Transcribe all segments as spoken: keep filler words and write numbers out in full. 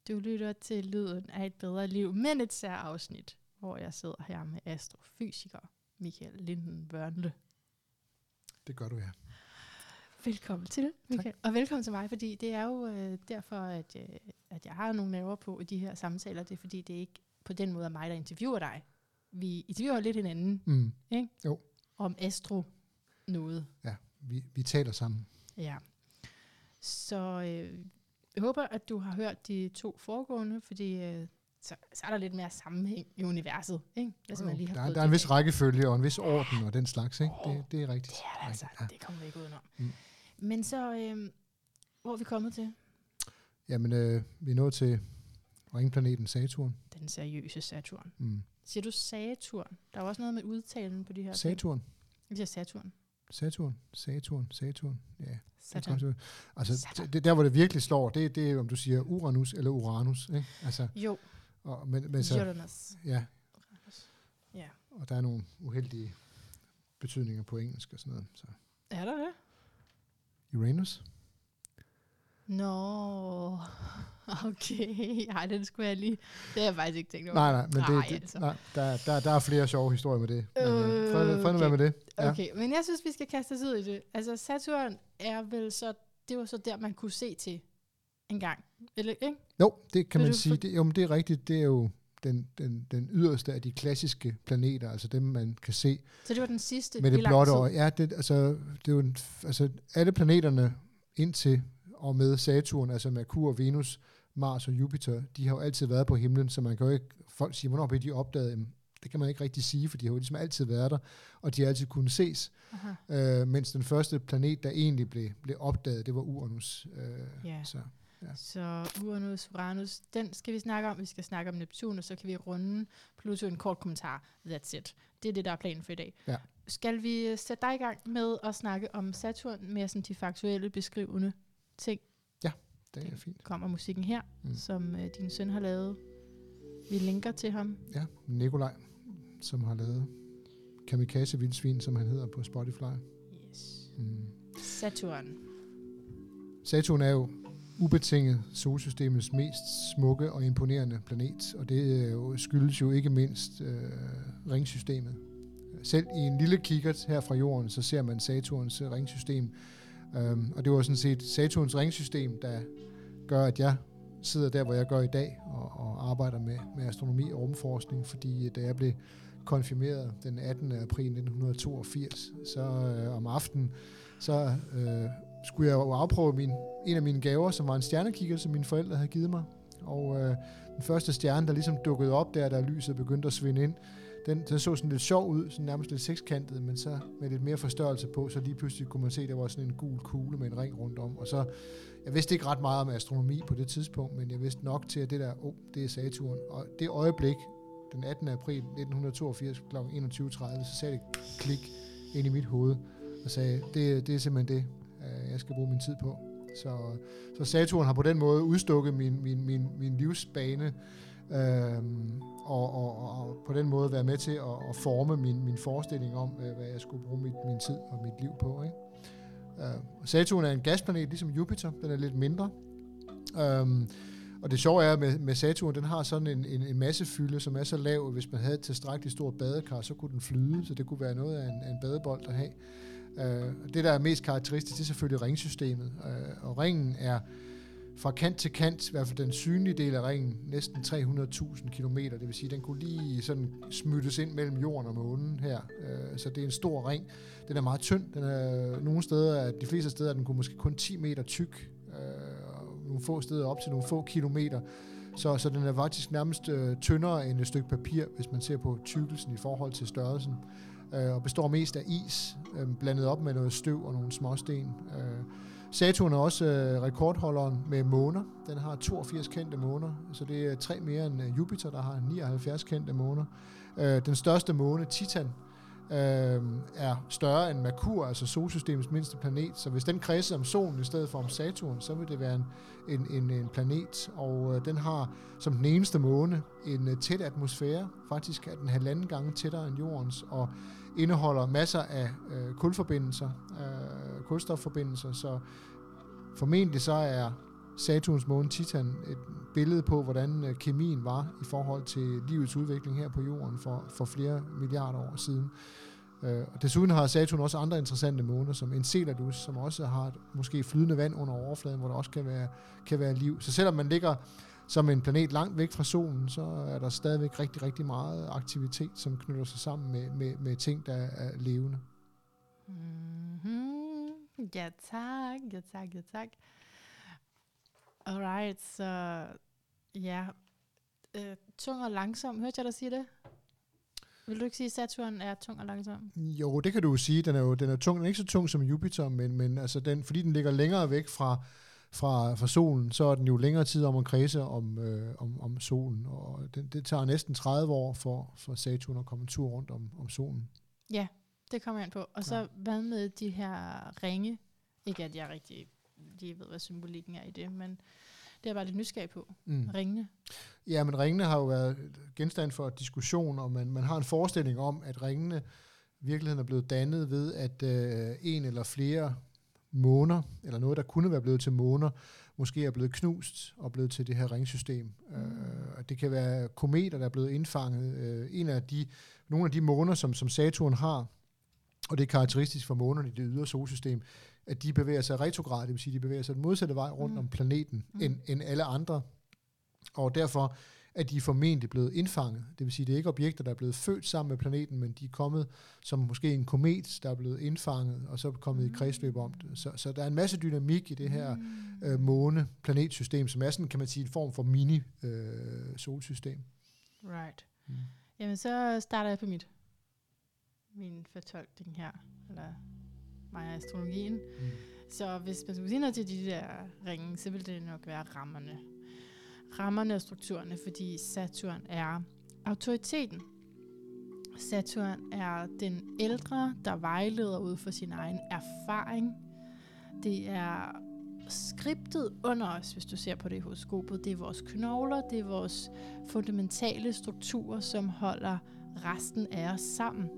Du lytter til Lyden af et bedre liv, men et særafsnit, hvor jeg sidder her med astrofysiker Michael Linden Wørnle. Det gør du, ja. Velkommen til, Michael. Tak. Og velkommen til mig, fordi det er jo øh, derfor, at, øh, at jeg har nogle nerver på i de her samtaler. Det er fordi, det er ikke på den måde er mig, der interviewer dig. Vi interviewer lidt hinanden, Mm. ikke? Jo. Om astro noget. Ja, vi, vi taler sammen. Ja. Så øh, jeg håber, at du har hørt de to foregående, fordi øh, så, så er der lidt mere sammenhæng i universet, ikke? Altså, Jo, man lige har der, fået der er en det vis af. rækkefølge og en vis orden og den slags, ikke? Oh, det, det er rigtigt. Det er det altså, ja. det kommer vi ikke udenom. Mm. Men så, øh, hvor er vi kommet til? Jamen, øh, vi er nået til ringplaneten Saturn. Den seriøse Saturn. Mm. Siger du Saturn? Der er jo også noget med udtalen på de her Saturn. ting. Jeg siger Saturn. Saturn, Saturn, Saturn, ja. Saturn. Altså, Saturn. det, der hvor det virkelig slår, det, det er, om du siger Uranus eller Uranus, ikke? Altså, Jo. og, men, men så, Uranus. ja, Ja. og der er nogle uheldige betydninger på engelsk og sådan noget. Så. Er der det? Uranus? Nå, okay. Ej, den skulle jeg lige... Det har jeg faktisk ikke tænkt over. Nej, nej, men det, Nej, det, altså. nej, der, der, der er flere sjove historier med det. Men, øh, fred, fred nu okay. være med det. Ja. Okay, men jeg synes, vi skal kaste os ud i det. Altså, Saturn er vel så... Det var så der, man kunne se til en gang. Eller, ikke? Jo, det kan Vil man du sige. for- Det, jo, men det er rigtigt. Det er jo den, den, den yderste af de klassiske planeter, altså dem, man kan se Så det var den sidste med i det lang blotte tid. øje. Ja, det, altså, det er jo en, altså, alle planeterne indtil og med Saturn, altså Merkur, Venus, Mars og Jupiter, de har jo altid været på himlen, så man kan jo ikke... Folk siger, hvornår blev de opdaget? Jamen, det kan man ikke rigtig sige, for de har jo ligesom altid været der, og de har altid kunnet ses. Øh, mens den første planet, der egentlig blev, blev opdaget, det var Uranus. Øh, Ja. så, ja. Så Uranus, Uranus, den skal vi snakke om. Vi skal snakke om Neptun, og så kan vi runde Pluto en kort kommentar. That's it. Det er det, der er planen for i dag. Ja. Skal vi sætte dig i gang med at snakke om Saturn med sådan de faktuelle beskrivende ting? Det er fint. Kommer musikken her, Mm. mm. som øh, din søn har lavet. Vi linker til ham. Ja, Nikolaj, som har lavet Kamikaze Vildsvin, som han hedder på Spotify. Yes. Mm. Saturn. Saturn er jo ubetinget solsystemets mest smukke og imponerende planet, og det er jo, skyldes jo ikke mindst øh, ringsystemet. Selv i en lille kikkert her fra jorden, så ser man Saturns øh, ringsystem, um, og det var sådan set Saturns ringsystem, der gør, at jeg sidder der, hvor jeg gør i dag, og, og arbejder med, med astronomi og rumforskning, fordi da jeg blev konfirmeret den attende april nitten toogfirs, så øh, om aftenen, så øh, skulle jeg jo afprøve min, en af mine gaver, som var en stjernekikker, som mine forældre havde givet mig. Og øh, den første stjerne, der ligesom dukkede op der, da lyset begyndte at svinde ind, den, den så sådan lidt sjov ud, sådan nærmest lidt sekskantet, men så med lidt mere forstørrelse på, så lige pludselig kunne man se, at der var sådan en gul kugle med en ring rundt om. Og så, jeg vidste ikke ret meget om astronomi på det tidspunkt, men jeg vidste nok til, at det der, åh, oh, det er Saturn. Og det øjeblik, den attende april nitten toogfirs kl. enogtyve tredive, så sagde det klik ind i mit hoved, og sagde, det, det er simpelthen det, jeg skal bruge min tid på. Så, så Saturn har på den måde udstukket min, min, min, min livsbane, øhm, og, og, og på den måde være med til at, at forme min, min forestilling om, hvad jeg skulle bruge mit, min tid og mit liv på. Ikke? Uh, Saturn er en gasplanet, ligesom Jupiter. Den er lidt mindre. Um, og det sjove er, med, med Saturn, den har sådan en, en, en massefylde, som er så lav, at hvis man havde et tilstrækkeligt stort badekar, så kunne den flyde, så det kunne være noget af en, af en badebold at have. Uh, det, der er mest karakteristisk, det er selvfølgelig ringsystemet. Uh, og ringen er fra kant til kant, i hvert fald den synlige del af ringen, næsten tre hundrede tusind kilometer. Det vil sige, den kunne lige sådan smyttes ind mellem jorden og månen her. Uh, så det er en stor ring. Den er meget tynd. Den er nogle steder, de fleste steder, den kunne måske kun ti meter tyk. Uh, nogle få steder op til nogle få kilometer. Så, så den er faktisk nærmest uh, tyndere end et stykke papir, hvis man ser på tykkelsen i forhold til størrelsen. Uh, og består mest af is, uh, blandet op med noget støv og nogle småsten. Uh, Saturn er også uh, rekordholderen med måner. Den har toogfirs kendte måner, så det er tre mere end uh, Jupiter, der har nioghalvfjerds kendte måner. Uh, den største måne, Titan, uh, er større end Merkur, altså solsystemets mindste planet. Så hvis den kredser om solen i stedet for om Saturn, så vil det være en, en, en, en planet. Og uh, den har som den eneste måne en uh, tæt atmosfære. Faktisk er den halvanden gange tættere end jordens, og indeholder masser af øh, kulforbindelser, øh, kulstofforbindelser, så formentlig så er Saturns måne Titan et billede på, hvordan øh, kemien var i forhold til livets udvikling her på jorden for, for flere milliarder år siden. Øh, og desuden har Saturn også andre interessante måner, som Enceladus, som også har et, måske flydende vand under overfladen, hvor der også kan være, kan være liv. Så selvom man ligger som en planet langt væk fra solen, så er der stadigvæk rigtig, rigtig meget aktivitet, som knytter sig sammen med, med, med ting, der er levende. Mm-hmm. Ja tak, ja tak, ja tak. Alright, så ja, øh, tung og langsom, hørte jeg dig sige det? Vil du ikke sige, at Saturn er tung og langsom? Jo, det kan du jo sige. Den er jo den er tung. Den er ikke så tung som Jupiter, men, men altså den, fordi den ligger længere væk fra, fra, fra solen, så er den jo længere tid om at kredse om, øh, om, om solen. Og det, det tager næsten tredive år for, for Saturn at komme en tur rundt om, om solen. Ja, det kommer jeg ind på. Og så ja. Hvad med de her ringe? Ikke at jeg rigtig lige ved, hvad symbolikken er i det, men det er bare lidt nysgerrig på. Mm. Ringene. Ja, men ringene har jo været genstand for diskussion, og man, man har en forestilling om, at ringene i virkeligheden er blevet dannet ved, at øh, en eller flere måner, eller noget, der kunne være blevet til måner, måske er blevet knust og blevet til det her ringsystem. Mm. Øh, det kan være kometer, der er blevet indfanget. Øh, en af de, nogle af de måner, som, som Saturn har, og det er karakteristisk for månerne i det ydre solsystem, at de bevæger sig retrograd, det vil sige, de bevæger sig den modsatte vej rundt mm. om planeten, mm. end, end alle andre. Og derfor er de formentlig blevet indfanget. Det vil sige, det er ikke objekter, der er blevet født sammen med planeten, men de er kommet som måske en komet, der er blevet indfanget, og så er kommet mm. i kredsløb om det. Så, så der er en masse dynamik i det her mm. øh, måne-planetsystem, som er sådan, kan man sige, en form for mini-solsystem. Øh, right. Mm. Jamen, så starter jeg på mit. Min fortolkning her, eller mig og astrologien. Mm. Så hvis man skulle sige noget til de der ringe, så vil det nok være rammerne. Rammerne og strukturerne, fordi Saturn er autoriteten. Saturn er den ældre, der vejleder ud for sin egen erfaring. Det er skriptet under os, hvis du ser på det i horoskopet. Det er vores knogler, det er vores fundamentale strukturer, som holder resten af os sammen.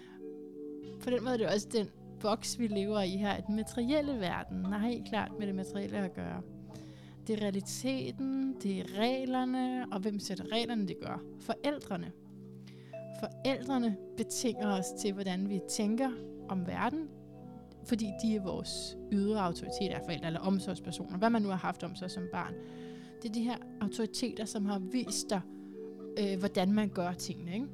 På den måde er det også den boks, vi lever i her, den materielle verden, har helt klart med det materielle at gøre. Det er realiteten, det er reglerne, og hvem sætter reglerne, det gør? Forældrene. Forældrene betinger os til, hvordan vi tænker om verden, fordi de er vores ydre autoriteter af forældre, eller omsorgspersoner, hvad man nu har haft omsorg som barn. Det er de her autoriteter, som har vist dig, øh, hvordan man gør tingene, ikke?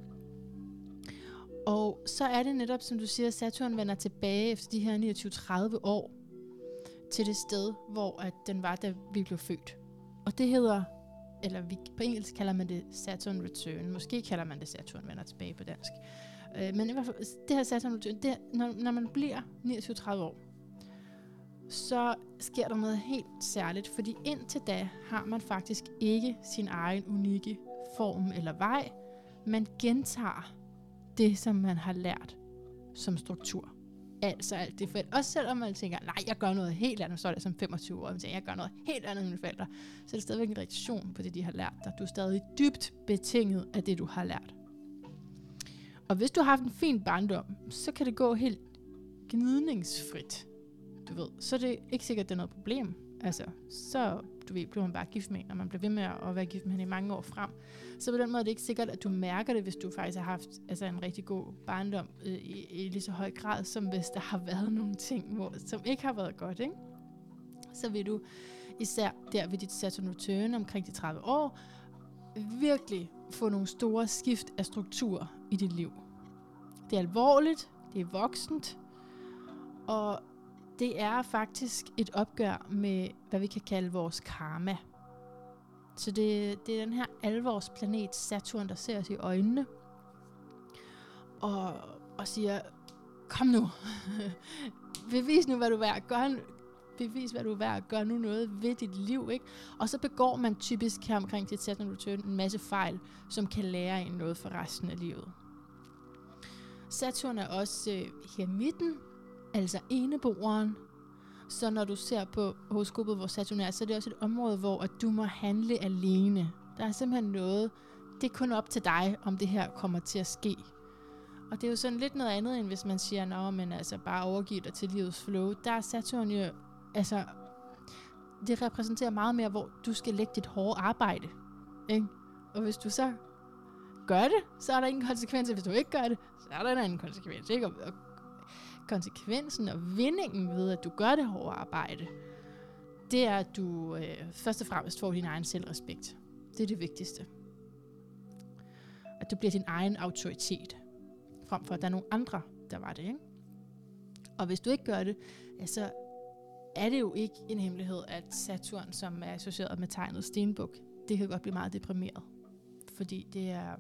Og så er det netop, som du siger, Saturn vender tilbage efter de her niogtyve til tredive år til det sted, hvor at den var, da vi blev født. Og det hedder, eller vi, på engelsk kalder man det Saturn Return. Måske kalder man det Saturn vender tilbage på dansk. Øh, men i hvert fald, det her Saturn Return, det, når, når man bliver niogtyve til tredive år, så sker der noget helt særligt, fordi indtil da har man faktisk ikke sin egen unikke form eller vej. Man gentager det, som man har lært som struktur. Altså alt det forældre. Også selvom man tænker, nej, jeg gør noget helt andet, så er det som femogtyve år, og man tænker, jeg gør noget helt andet end mine forældre, så er det stadigvæk en reaktion på det, de har lært dig. Du er stadig dybt betinget af det, du har lært. Og hvis du har haft en fin barndom, så kan det gå helt gnidningsfrit. Du ved, så er det ikke sikkert, at det er noget problem. Altså, så du ved, bliver man bare gift med en, og man bliver ved med at være gift med hende i mange år frem. Så på den måde er det ikke sikkert, at du mærker det, hvis du faktisk har haft altså, en rigtig god barndom øh, i, i lige så høj grad, som hvis der har været nogle ting, hvor, som ikke har været godt, ikke? Så vil du især der ved dit Saturn Return omkring de tredive år, virkelig få nogle store skift af struktur i dit liv. Det er alvorligt, det er voksent, og det er faktisk et opgør med, hvad vi kan kalde vores karma. Så det, det er den her alvorsplanet Saturn, der ser os i øjnene og, og siger, kom nu, bevis nu, hvad du er værd. Gør, bevis, hvad du er værd. Gør nu noget ved dit liv, ikke? Og så begår man typisk her omkring til Saturn Return en masse fejl, som kan lære en noget for resten af livet. Saturn er også øh, her midten, altså eneboeren. Så når du ser på horoskopet, hvor Saturn er, så er det også et område, hvor at du må handle alene. Der er simpelthen noget, det er kun op til dig, om det her kommer til at ske. Og det er jo sådan lidt noget andet, end hvis man siger, nå, men altså bare overgive dig til livets flow. Der er Saturn jo, altså, det repræsenterer meget mere, hvor du skal lægge dit hårde arbejde. Ikke? Og hvis du så gør det, så er der ingen konsekvenser. Hvis du ikke gør det, så er der en anden konsekvens. Ikke? Og, og konsekvensen og vindingen ved, at du gør det hårde arbejde, det er, at du øh, først og fremmest får din egen selvrespekt. Det er det vigtigste. At du bliver din egen autoritet, frem for at der er nogle andre, der var det. Ikke? Og hvis du ikke gør det, ja, så er det jo ikke en hemmelighed, at Saturn, som er associeret med tegnet stenbuk, det kan godt blive meget deprimeret. Fordi det er,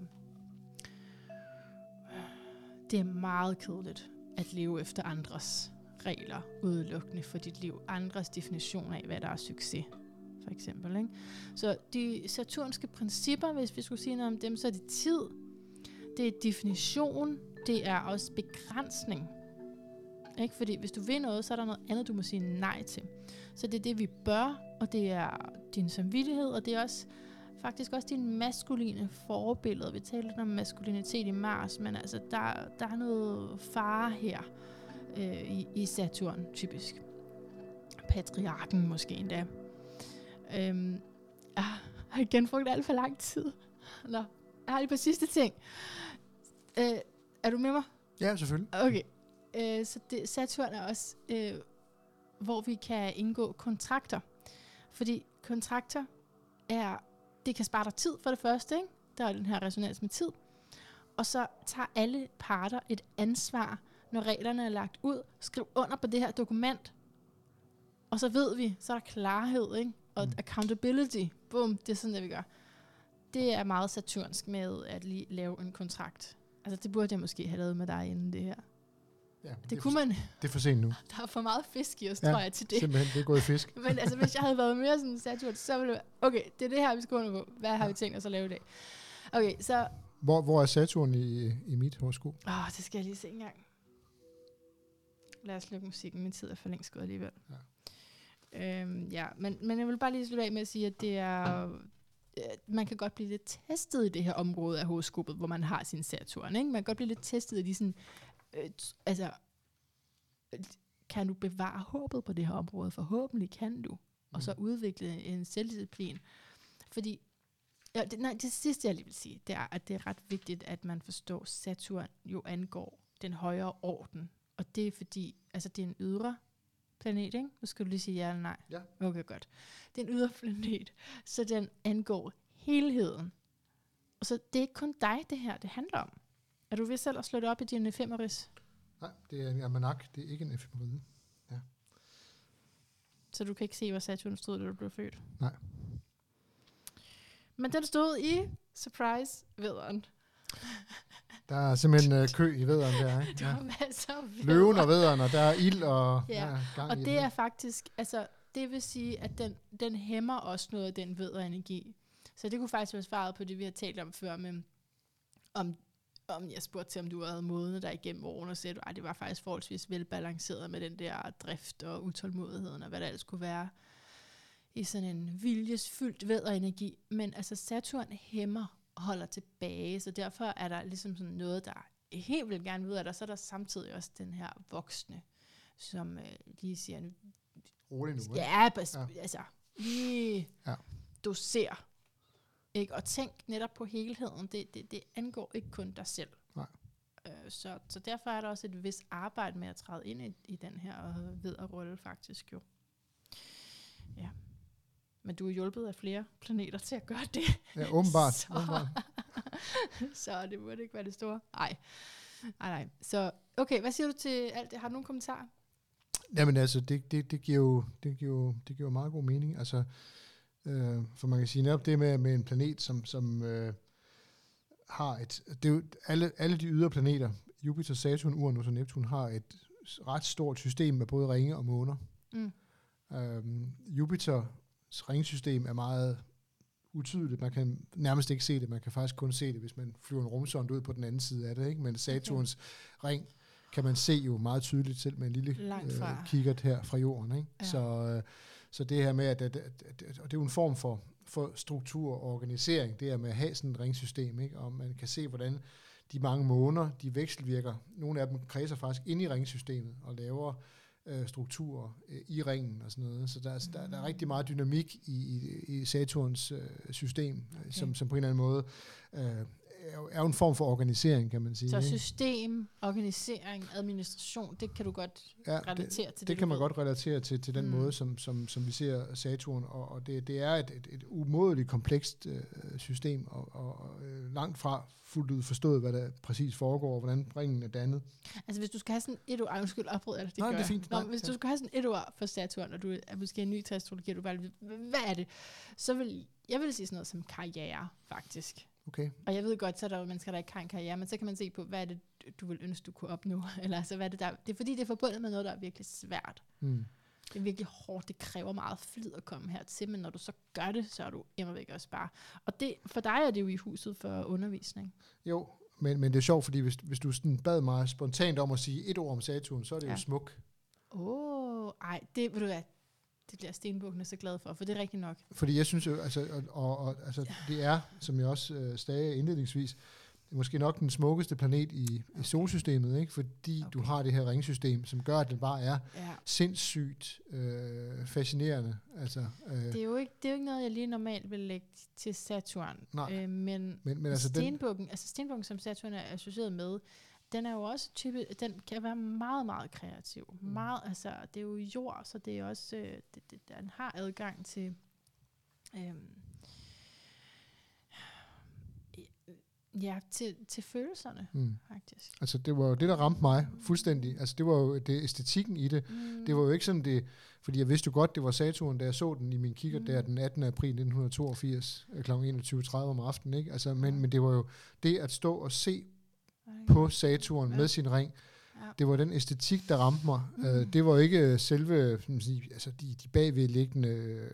det er meget kedeligt at leve efter andres regler udelukkende for dit liv. Andres definition af, hvad der er succes, for eksempel. Ikke? Så de saturnske principper, hvis vi skulle sige noget om dem, så er det tid, det er definition, det er også begrænsning. Ikke? Fordi hvis du vil noget, så er der noget andet, du må sige nej til. Så det er det, vi bør, og det er din samvittighed, og det er også faktisk også din maskuline forbillede. Vi taler lidt om maskulinitet i Mars, men altså, der, der er noget fare her øh, i, i Saturn, typisk. Patriarken måske endda. Øhm, jeg har igen brugt alt for lang tid. Nå, jeg har lige på sidste ting. Øh, er du med mig? Ja, selvfølgelig. Okay. Øh, så det, Saturn er også, øh, hvor vi kan indgå kontrakter. Fordi kontrakter er, det kan spare dig tid for det første, ikke? Der er den her resonans med tid. Og så tager alle parter et ansvar, når reglerne er lagt ud. Skriv under på det her dokument. Og så ved vi, så er der klarhed, ikke? Og mm. accountability. Boom, det er sådan, det vi gør. Det er meget saturnsk med at lige lave en kontrakt. Altså det burde jeg måske have lavet med dig inden det her. Ja, det, det, kunne for, man. Det er for sent nu. Der er for meget fisk i os, ja, tror jeg, til det. Simpelthen, det er gået i fisk. Men altså, hvis jeg havde været mere sådan Saturn, så ville det være, okay, det er det her, vi skal under på. Hvad har ja. vi tænkt os at lave i dag? Okay, så... Hvor, hvor er Saturn i, i mit horoskop? Åh, oh, det skal jeg lige se engang. Lad os lukke musikken. Min tid er for længst gået alligevel. Ja, øhm, ja men, men jeg vil bare lige slutte af med at sige, at det er... Man kan godt blive lidt testet i det her område af horoskopet, hvor man har sin Saturn, ikke? Man kan godt blive lidt testet i de sådan... Øh, altså... Kan du bevare håbet på det her område? Forhåbentlig kan du. Og så udvikle en selvdisciplin. Fordi, ja, det, nej, det sidste jeg lige vil sige, det er, at det er ret vigtigt, at man forstår, Saturn jo angår den højere orden. Og det er fordi, altså det er en ydre planet, ikke? Nu skal du lige sige ja eller nej. Ja. Okay, godt. Det er en ydre planet, så den angår helheden. Og så det er ikke kun dig, det her, det handler om. Er du ved selv at slå det op i din ephemeris? Nej, det er en almanak, det er ikke en efemeride. Ja. Så du kan ikke se, hvor Saturn stod, da du blev født? Nej. Men den stod i, surprise, vædderen. Der er simpelthen øh, kø i vædderen der, ikke? Der er masser af vædder. Løven og vædderen, og der er ild og ja. ja, gang og i det den. er faktisk, altså, det vil sige, at den, den hæmmer også noget af den vædderenergi. Så det kunne faktisk være svaret på det, vi har talt om før, med om om jeg spurgte til, om du havde modnet dig igennem årene, og sagde du, at det var faktisk forholdsvis velbalanceret med den der drift og utålmodigheden, og hvad der ellers kunne være i sådan en viljesfyldt vædderenergi. Men altså Saturn hæmmer og holder tilbage, så derfor er der ligesom sådan noget, der helt vil gerne vide af dig, så er der samtidig også den her voksne, som øh, lige siger, rolig nu, ikke? Ja, bas, ja, altså lige ja. doser. Ikke? Og tænk netop på helheden. Det, det, det angår ikke kun dig selv. Nej. Øh, så, så derfor er der også et vist arbejde med at træde ind i, i den her vædderrolle faktisk jo. Ja. Men du er hjulpet af flere planeter til at gøre det. Ja, åbenbart. så, åbenbart. så det burde ikke være det store. Nej. Nej, nej. Så okay, hvad siger du til alt det? Har du nogle kommentarer? Jamen altså, det, det, det, giver jo, det, giver jo, det giver jo meget god mening. Altså, Øh, for man kan sige netop det med, med en planet, som, som øh, har et... Det er jo alle, alle de ydre planeter, Jupiter, Saturn, Uranus og Neptun, har et ret stort system med både ringe og måner. Mm. Øhm, Jupiters ringsystem er meget utydeligt. Man kan nærmest ikke se det. Man kan faktisk kun se det, hvis man flyver en rumsonde ud på den anden side af det. Ikke? Men Saturns okay. ring kan man se jo meget tydeligt selv med en lille øh, kikkert her fra jorden. Ikke? Ja. Så... Øh, Så det her med, at, at, at, at, at det er jo en form for, for struktur og organisering, det her med at have sådan et ringsystem, ikke? Og man kan se, hvordan de mange måneder, de vekselvirker. Nogle af dem kredser faktisk ind i ringsystemet og laver øh, strukturer øh, i ringen og sådan noget. Så der, mm. der, der er rigtig meget dynamik i, i, i Saturns øh, system, okay. som, som på en eller anden måde øh, er jo en form for organisering, kan man sige. Så system, organisering, administration, det kan du godt ja, relatere det, til? Det, det, det kan man godt relatere til, til den mm. måde, som, som, som vi ser Saturn, og, og det, det er et, et, et umådeligt komplekst øh, system, og, og, og langt fra fuldt ud forstået, hvad der præcis foregår, og hvordan ringen er dannet. Altså hvis du skal have sådan et ord, undskyld, opbrud, eller det Nej, gør det er fint. Nå, Nej, hvis ja. du skal have sådan et ord for Saturn, og du er måske ny til astrologi, og du bare vil, hvad er det? Så vil jeg vil sige sådan noget som karriere, faktisk. Okay. Og jeg ved godt, så er der jo mennesker, der ikke har en karriere, men så kan man se på, hvad er det, du vil ønske, du kunne opnå. Eller altså, hvad er det, der, det er fordi, det er forbundet med noget, der er virkelig svært. Mm. Det er virkelig hårdt, det kræver meget flid at komme hertil, men når du så gør det, så er du immervæk også bare. Og det, for dig er det jo i huset for undervisning. Jo, men, men det er sjovt, fordi hvis, hvis du sådan bad mig spontant om at sige et ord om Saturn, så er det ja. jo smuk. Åh, oh, ej, det vil du være. Det bliver stenbukkene så glad for, for det er rigtigt nok. Fordi jeg synes jo, altså, og, og, og, altså det er, som jeg også øh, sagde indledningsvis, det er måske nok den smukkeste planet i, okay. i solsystemet, ikke? Fordi okay. du har det her ringsystem, som gør, at det bare er ja. sindssygt øh, fascinerende. Altså, øh, det, er jo ikke, det er jo ikke noget, jeg lige normalt vil lægge til Saturn. Nej, øh, men men, men altså stenbukken, den, altså stenbukken, som Saturn er associeret med, den er jo også type, den kan være meget, meget kreativ. Mm. Meget, altså, det er jo jord, så det er også, øh, det, det, den har adgang til, øhm, ja, til, til følelserne, mm. faktisk. Altså, det var jo det, der ramte mig fuldstændig. Altså, det var jo det æstetikken i det. Mm. Det var jo ikke sådan det, fordi jeg vidste jo godt, det var Saturn, da jeg så den i min kikkert mm. der den attende april nitten toogfirs, kl. enogtyve tredive om aftenen, ikke? Altså, men, men det var jo det at stå og se på Saturn ja. med sin ring. Ja. Det var den æstetik, der ramte mig. Mm. Uh, det var ikke selve sige, altså de, de bagvedliggende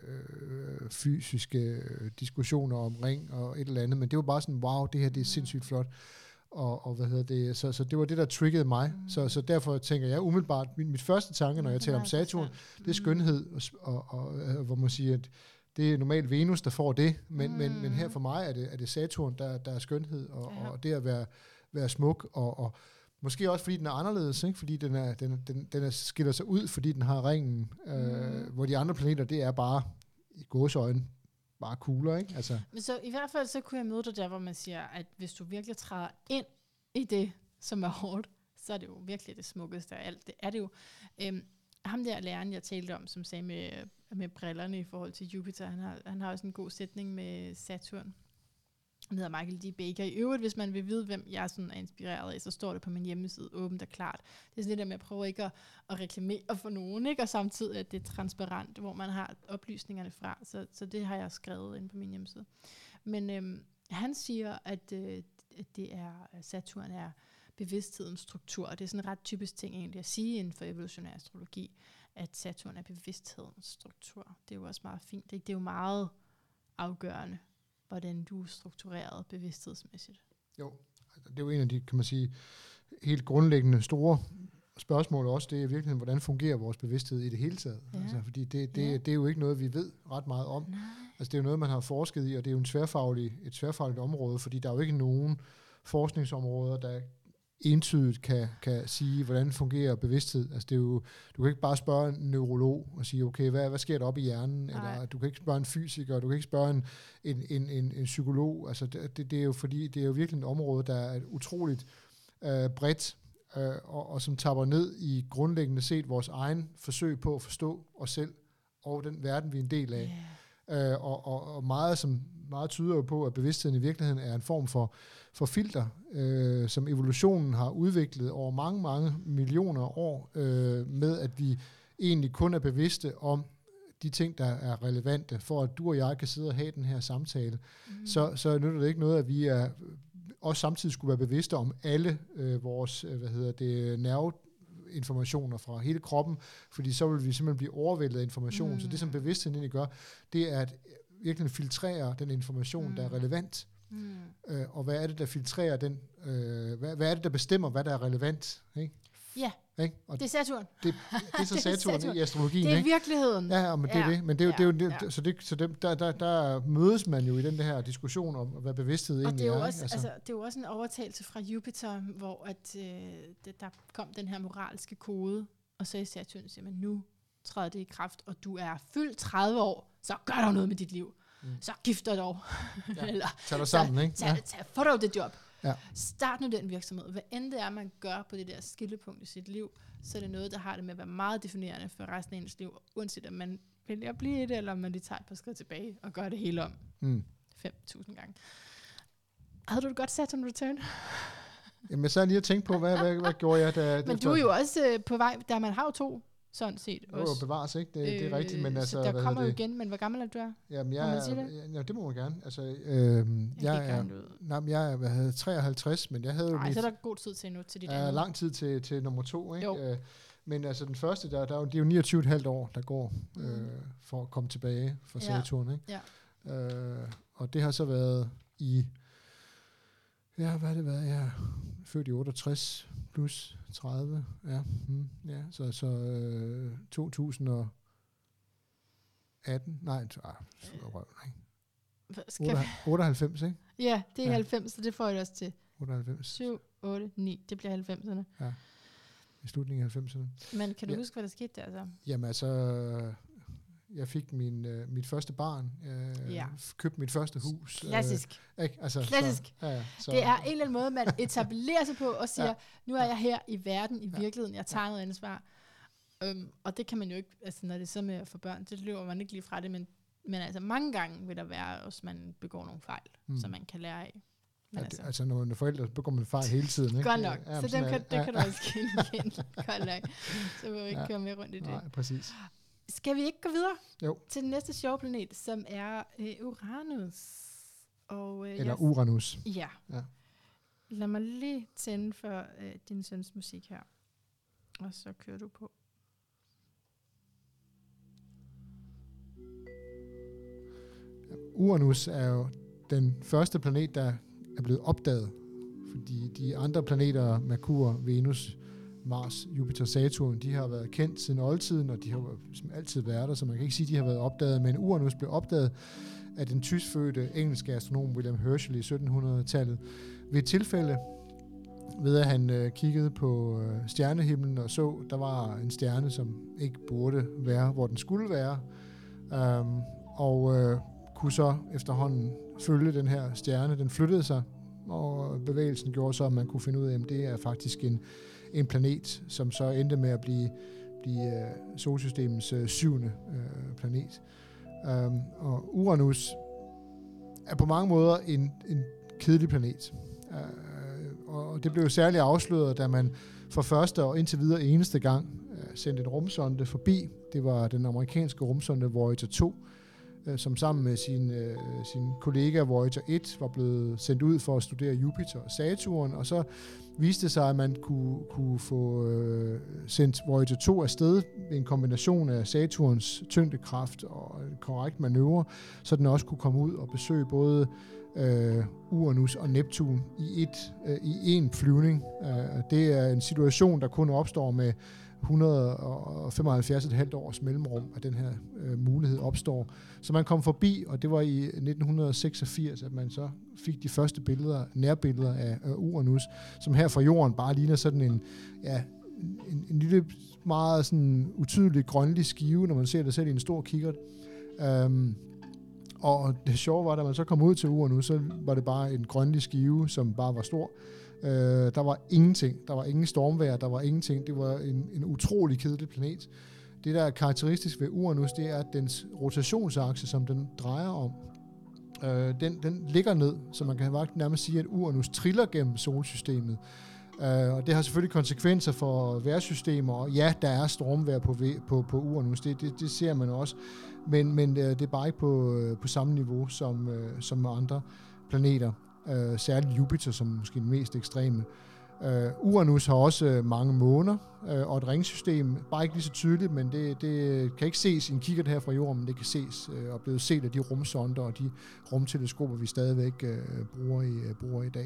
øh, fysiske øh, diskussioner om ring og et eller andet, men det var bare sådan, wow, det her det er sindssygt flot. Og, og hvad hedder det, så, så det var det, der triggede mig. Mm. Så, så derfor tænker jeg umiddelbart, min, mit første tanke, når jeg taler om Saturn, det er skønhed, og, og, og, og hvor man siger, at det er normalt Venus, der får det, men, mm. men, men her for mig er det, er det Saturn, der, der er skønhed, og, ja. og det at være være smuk, og, og måske også fordi den er anderledes, ikke? Fordi den er, den, den, den er skiller sig ud, fordi den har ringen, øh, mm. hvor de andre planeter, det er bare i gåseøjne, bare kugler, ikke? Altså. Men så i hvert fald, så kunne jeg møde dig der, hvor man siger, at hvis du virkelig træder ind i det, som er hårdt, så er det jo virkelig det smukkeste af alt. Det er det jo. Øhm, ham der læreren, jeg talte om, som sagde med, med brillerne i forhold til Jupiter, han har, han har også en god sætning med Saturn. Han hedder Michael D. Baker. I øvrigt, hvis man vil vide, hvem jeg sådan er inspireret af, så står det på min hjemmeside åbent og klart. Det er sådan lidt der med at prøve ikke at, at reklamere for nogen, ikke? Og samtidig at det er transparent, hvor man har oplysningerne fra. Så, så det har jeg skrevet ind på min hjemmeside. Men øhm, han siger, at, øh, at det er, Saturn er bevidsthedens struktur. Det er sådan en ret typisk ting egentlig at sige inden for evolutionær astrologi, at Saturn er bevidsthedens struktur. Det er jo også meget fint. Det, det er jo meget afgørende, hvordan du er struktureret bevidsthedsmæssigt. Jo, det er jo en af de, kan man sige, helt grundlæggende store spørgsmål også, det er i virkeligheden, hvordan fungerer vores bevidsthed i det hele taget. Ja. Altså, fordi det, det, ja. det er jo ikke noget, vi ved ret meget om. Nej. Altså det er jo noget, man har forsket i, og det er jo en tværfaglig, et tværfagligt område, fordi der er jo ikke nogen forskningsområder, der entydigt kan, kan sige, hvordan fungerer bevidsthed. Altså det er jo, du kan ikke bare spørge en neurolog og sige, okay, hvad, hvad sker der op i hjernen? Nej. Eller du kan ikke spørge en fysiker, du kan ikke spørge en, en, en, en, en psykolog. Altså det, det, det er jo fordi, det er jo virkelig et område, der er utroligt øh, bredt, øh, og, og som tapper ned i grundlæggende set vores egen forsøg på at forstå os selv og den verden, vi er en del af. Yeah. Øh, og, og, og meget som meget tyder jo på, at bevidstheden i virkeligheden er en form for, for filter, øh, som evolutionen har udviklet over mange, mange millioner år, øh, med at vi egentlig kun er bevidste om de ting, der er relevante, for at du og jeg kan sidde og have den her samtale. Mm. Så, så nytter det ikke noget, at vi er, også samtidig skulle være bevidste om alle øh, vores hvad hedder det, nerveinformationer fra hele kroppen, fordi så vil vi simpelthen blive overvældet af information. Mm. Så det, som bevidstheden egentlig gør, det er at virkelig filtrere den information, mm. der er relevant. Mm. Øh, og hvad er det, der filtrerer den? Øh, hvad, hvad er det, der bestemmer, hvad der er relevant? Ikke? Ja, ikke? Og det er Saturn. Det, det er så Saturn, Saturn i astrologien. Det er ikke? virkeligheden. Ja, men det ja. er det. Men det er jo, ja. det er jo det, ja. så, det, så det, der, der, der mødes man jo i den her diskussion om, hvad bevidsthed og egentlig det er. er. Også, altså. Altså, det er jo også en overtagelse fra Jupiter, hvor at, øh, det, der kom den her moralske kode, og så i Saturn siger man, nu træder det i kraft, og du er fyldt tredive år, så gør der noget med dit liv. Mm. Så gift dig dog. Ja. Eller, tag dig sammen, ikke? Tag, tag, tag, få dog det job. Ja. Start nu den virksomhed. Hvad end det er, man gør på det der skillepunkt i sit liv, så er det noget, der har det med at være meget definerende for resten af ens liv, uanset om man vælger at blive i det, eller om man lige tager et par skridt tilbage og gør det hele om mm. fem tusind gange. Havde du et godt Saturn return? Jamen, jeg sad lige og tænkte på, hvad, hvad, hvad gjorde jeg? Da, men du er jo også øh, på vej, der man har jo to, sådan set. Jo, også. Bevares, ikke? Det, det er rigtigt, men altså... Så der kommer jo igen, men hvor gammel er du er? Jamen, jeg, må man sige det? Ja, det må man gerne. Altså, øh, jeg, jeg er, nej, jeg er, hvad havde treoghalvtreds, men jeg havde jo... Nej, så er der god tid til nu, til dit andet. lang tid til, til nummer to, ikke? Jo. Men altså, den første, der, der er jo, det er jo niogtyve komma fem år, der går mm. øh, for at komme tilbage fra Saturn, ja. Ikke? Ja. Øh, og det har så været i... Ja, hvad har det været? Jeg er født i otteogtres plus tredive. Ja, hmm, ja. Så, så øh, to tusind atten. Nej, ah, røv, ikke? otteoghalvfems, ikke? Ja, det er ja. halvfems, så det får jeg også til. otteoghalvfems. syv, otte, ni, det bliver halvfemserne. Ja, i slutningen af halvfemserne. Men kan du ja. huske, hvad der skete der så? Jamen altså... Jeg fik min, øh, mit første barn, øh, ja. købte mit første hus. Klassisk. Øh, ikke? Altså, Klassisk. Så, ja, ja, så. Det er en eller anden måde, man etablerer sig på og siger, ja. nu er jeg her i verden, i virkeligheden, jeg tager ja. noget ansvar. Um, og det kan man jo ikke, altså når det er så med at få børn, det løber man ikke lige fra det, men, men altså mange gange vil der være, også man begår nogle fejl, mm. som man kan lære af. Men ja, altså, det, altså når man er forældre, så begår man fejl hele tiden. Ikke? Godt nok, ja, så dem kan, det ja. kan du også kende. Godt nok, så må vi ikke ja. køre med rundt i det. Nej, præcis. Skal vi ikke gå videre jo. til den næste sjove planet, som er øh, Uranus? Og, øh, Eller jeg, Uranus. Ja. ja. Lad mig lige tænde for øh, din søns musik her. Og så kører du på. Uranus er jo den første planet, der er blevet opdaget. Fordi de andre planeter, Merkur, Venus, Mars, Jupiter, Saturn, de har været kendt siden oldtiden, og de har altid været der, så man kan ikke sige, at de har været opdaget, men Uranus blev opdaget af den tyskfødte engelske astronom William Herschel i syttenhundredetallet ved et tilfælde, ved at han øh, kiggede på øh, stjernehimlen og så, der var en stjerne, som ikke burde være, hvor den skulle være, øhm, og øh, kunne så efterhånden følge den her stjerne. Den flyttede sig, og bevægelsen gjorde så, at man kunne finde ud af, at det er faktisk en en planet, som så endte med at blive, blive uh, solsystemets uh, syvende uh, planet. Um, og Uranus er på mange måder en, en kedelig planet. Uh, og det blev særligt afsløret, da man for første og indtil videre eneste gang uh, sendte en rumsonde forbi. Det var den amerikanske rumsonde Voyager to, uh, som sammen med sin, uh, sin kollega Voyager et var blevet sendt ud for at studere Jupiter og Saturn, og så viste sig, at man kunne, kunne få øh, sendt Voyager to afsted ved en kombination af Saturns tyngdekraft og korrekt manøvre, så den også kunne komme ud og besøge både øh, Uranus og Neptun i et øh, i en flyvning. Øh, det er en situation, der kun opstår med et hundrede og femoghalvfjerds komma fem års mellemrum, at den her øh, mulighed opstår. Så man kom forbi, og det var i nitten seksogfirs, at man så fik de første billeder, nærbilleder af, af Uranus, som her fra jorden bare ligner sådan en, ja, en, en lille, meget sådan utydelig grønlig skive, når man ser det selv i en stor kikkert. Um, og det sjove var, da man så kom ud til Uranus, så var det bare en grønlig skive, som bare var stor. Uh, der var ingenting. Der var ingen stormvejr, der var ingenting. Det var en, en utrolig kedelig planet. Det, der er karakteristisk ved Uranus, det er, at dens rotationsakse, som den drejer om, øh, den, den ligger ned, så man kan nærmest sige, at Uranus triller gennem solsystemet. Øh, og det har selvfølgelig konsekvenser for vejrsystemer, og ja, der er stormvejr på, på, på Uranus, det, det, det ser man også, men, men øh, det er bare ikke på, på samme niveau som, øh, som med andre planeter, øh, særligt Jupiter, som måske den mest ekstreme. Uh, Uranus har også uh, mange måner uh, og et ringsystem, bare ikke lige så tydeligt, men det, det kan ikke ses i en kikkert her fra jorden, men det kan ses uh, og blevet set af de rumsonder og de rumteleskoper, vi stadigvæk uh, bruger, i, uh, bruger i dag.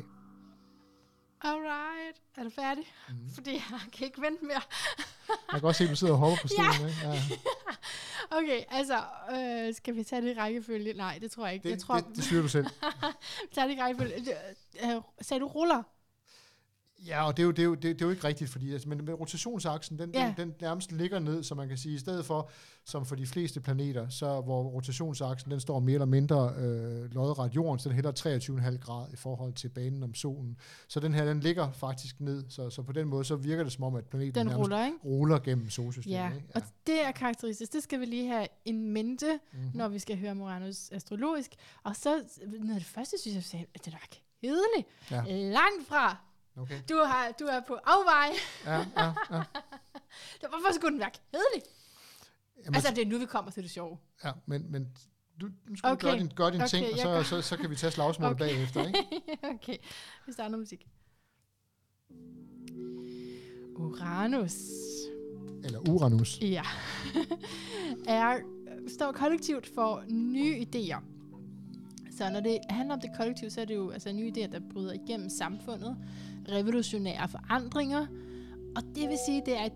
Alright, er du færdig? Mm. Fordi jeg kan ikke vente mere. Jeg kan også se, at du sidder og hopper på stolen. Ja. Ja. Okay, altså, øh, skal vi tage det i rækkefølge? Nej, det tror jeg ikke. Det, jeg tror, det, det styrer du selv. Tag det i rækkefølge. Øh, sagde du ruller? Ja, og det er jo, det er jo, det er, det er jo ikke rigtigt, fordi altså, men rotationsaksen, den, ja. den, den nærmest ligger ned, så man kan sige, i stedet for, som for de fleste planeter, så hvor rotationsaksen, den står mere eller mindre øh, lodret jorden, så den hælder treogtyve komma fem grad i forhold til banen om solen. Så den her, den ligger faktisk ned, så, så på den måde, så virker det som om, at planeten den ruller, ikke? ruller gennem solsystemet. Ja. Ikke? Ja, og det er karakteristisk. Det skal vi lige have en mente, mm-hmm. når vi skal høre om Uranus astrologisk. Og så, noget af det første, synes jeg, at det var kedeligt. Ja. Langt fra. Okay. Du, har, du er på afvej. Ja, ja, ja. Hvorfor skulle den være kedelig? Jamen, altså, det er nu, vi kommer til det sjove. Ja, men, men du, du skal okay. gøre din, gøre din okay, ting, og så, så, så kan vi tage slagsmålet okay. bagefter, ikke? Okay, vi starter noget musik. Uranus. Eller Uranus. Ja. er, står kollektivt for nye idéer. Så når det handler om det kollektiv, så er det jo altså nye idéer, der bryder igennem samfundet. Revolutionære forandringer. Og det vil sige, det er et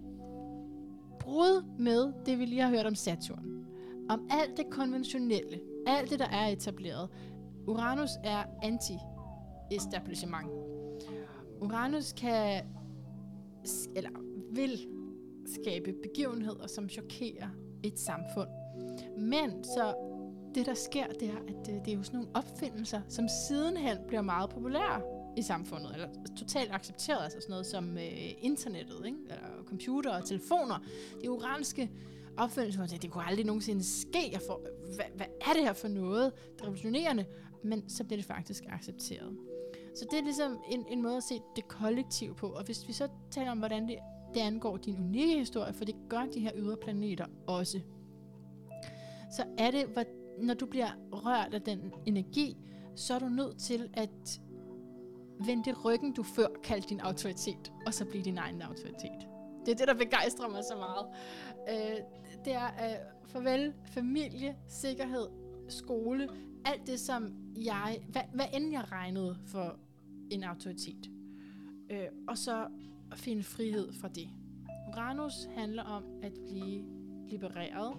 brud med det, vi lige har hørt om Saturn. Om alt det konventionelle. Alt det, der er etableret. Uranus er anti-establishment. Uranus kan, eller vil skabe begivenheder, som chokerer et samfund. Men så det, der sker, det er, at det, det er jo sådan nogle opfindelser, som sidenhen bliver meget populære i samfundet, eller totalt accepteret, altså sådan noget som øh, internettet, ikke? Eller computer og telefoner. Det er uranske opfindelser, det, det kunne aldrig nogensinde ske. Jeg får, hvad, hvad er det her for noget? Det er revolutionerende, men så bliver det faktisk accepteret. Så det er ligesom en, en måde at se det kollektiv på, og hvis vi så taler om, hvordan det, det angår din unikke historie, for det gør de her ydre planeter også, så er det, hvor når du bliver rørt af den energi, så er du nødt til at vende det ryggen, du før kaldte din autoritet, og så blive din egen autoritet. Det er det, der begejstrer mig så meget. Øh, det er øh, farvel, familie, sikkerhed, skole, alt det, som jeg, hvad, hvad end jeg regnede for en autoritet. Øh, og så at finde frihed fra det. Uranus handler om at blive libereret,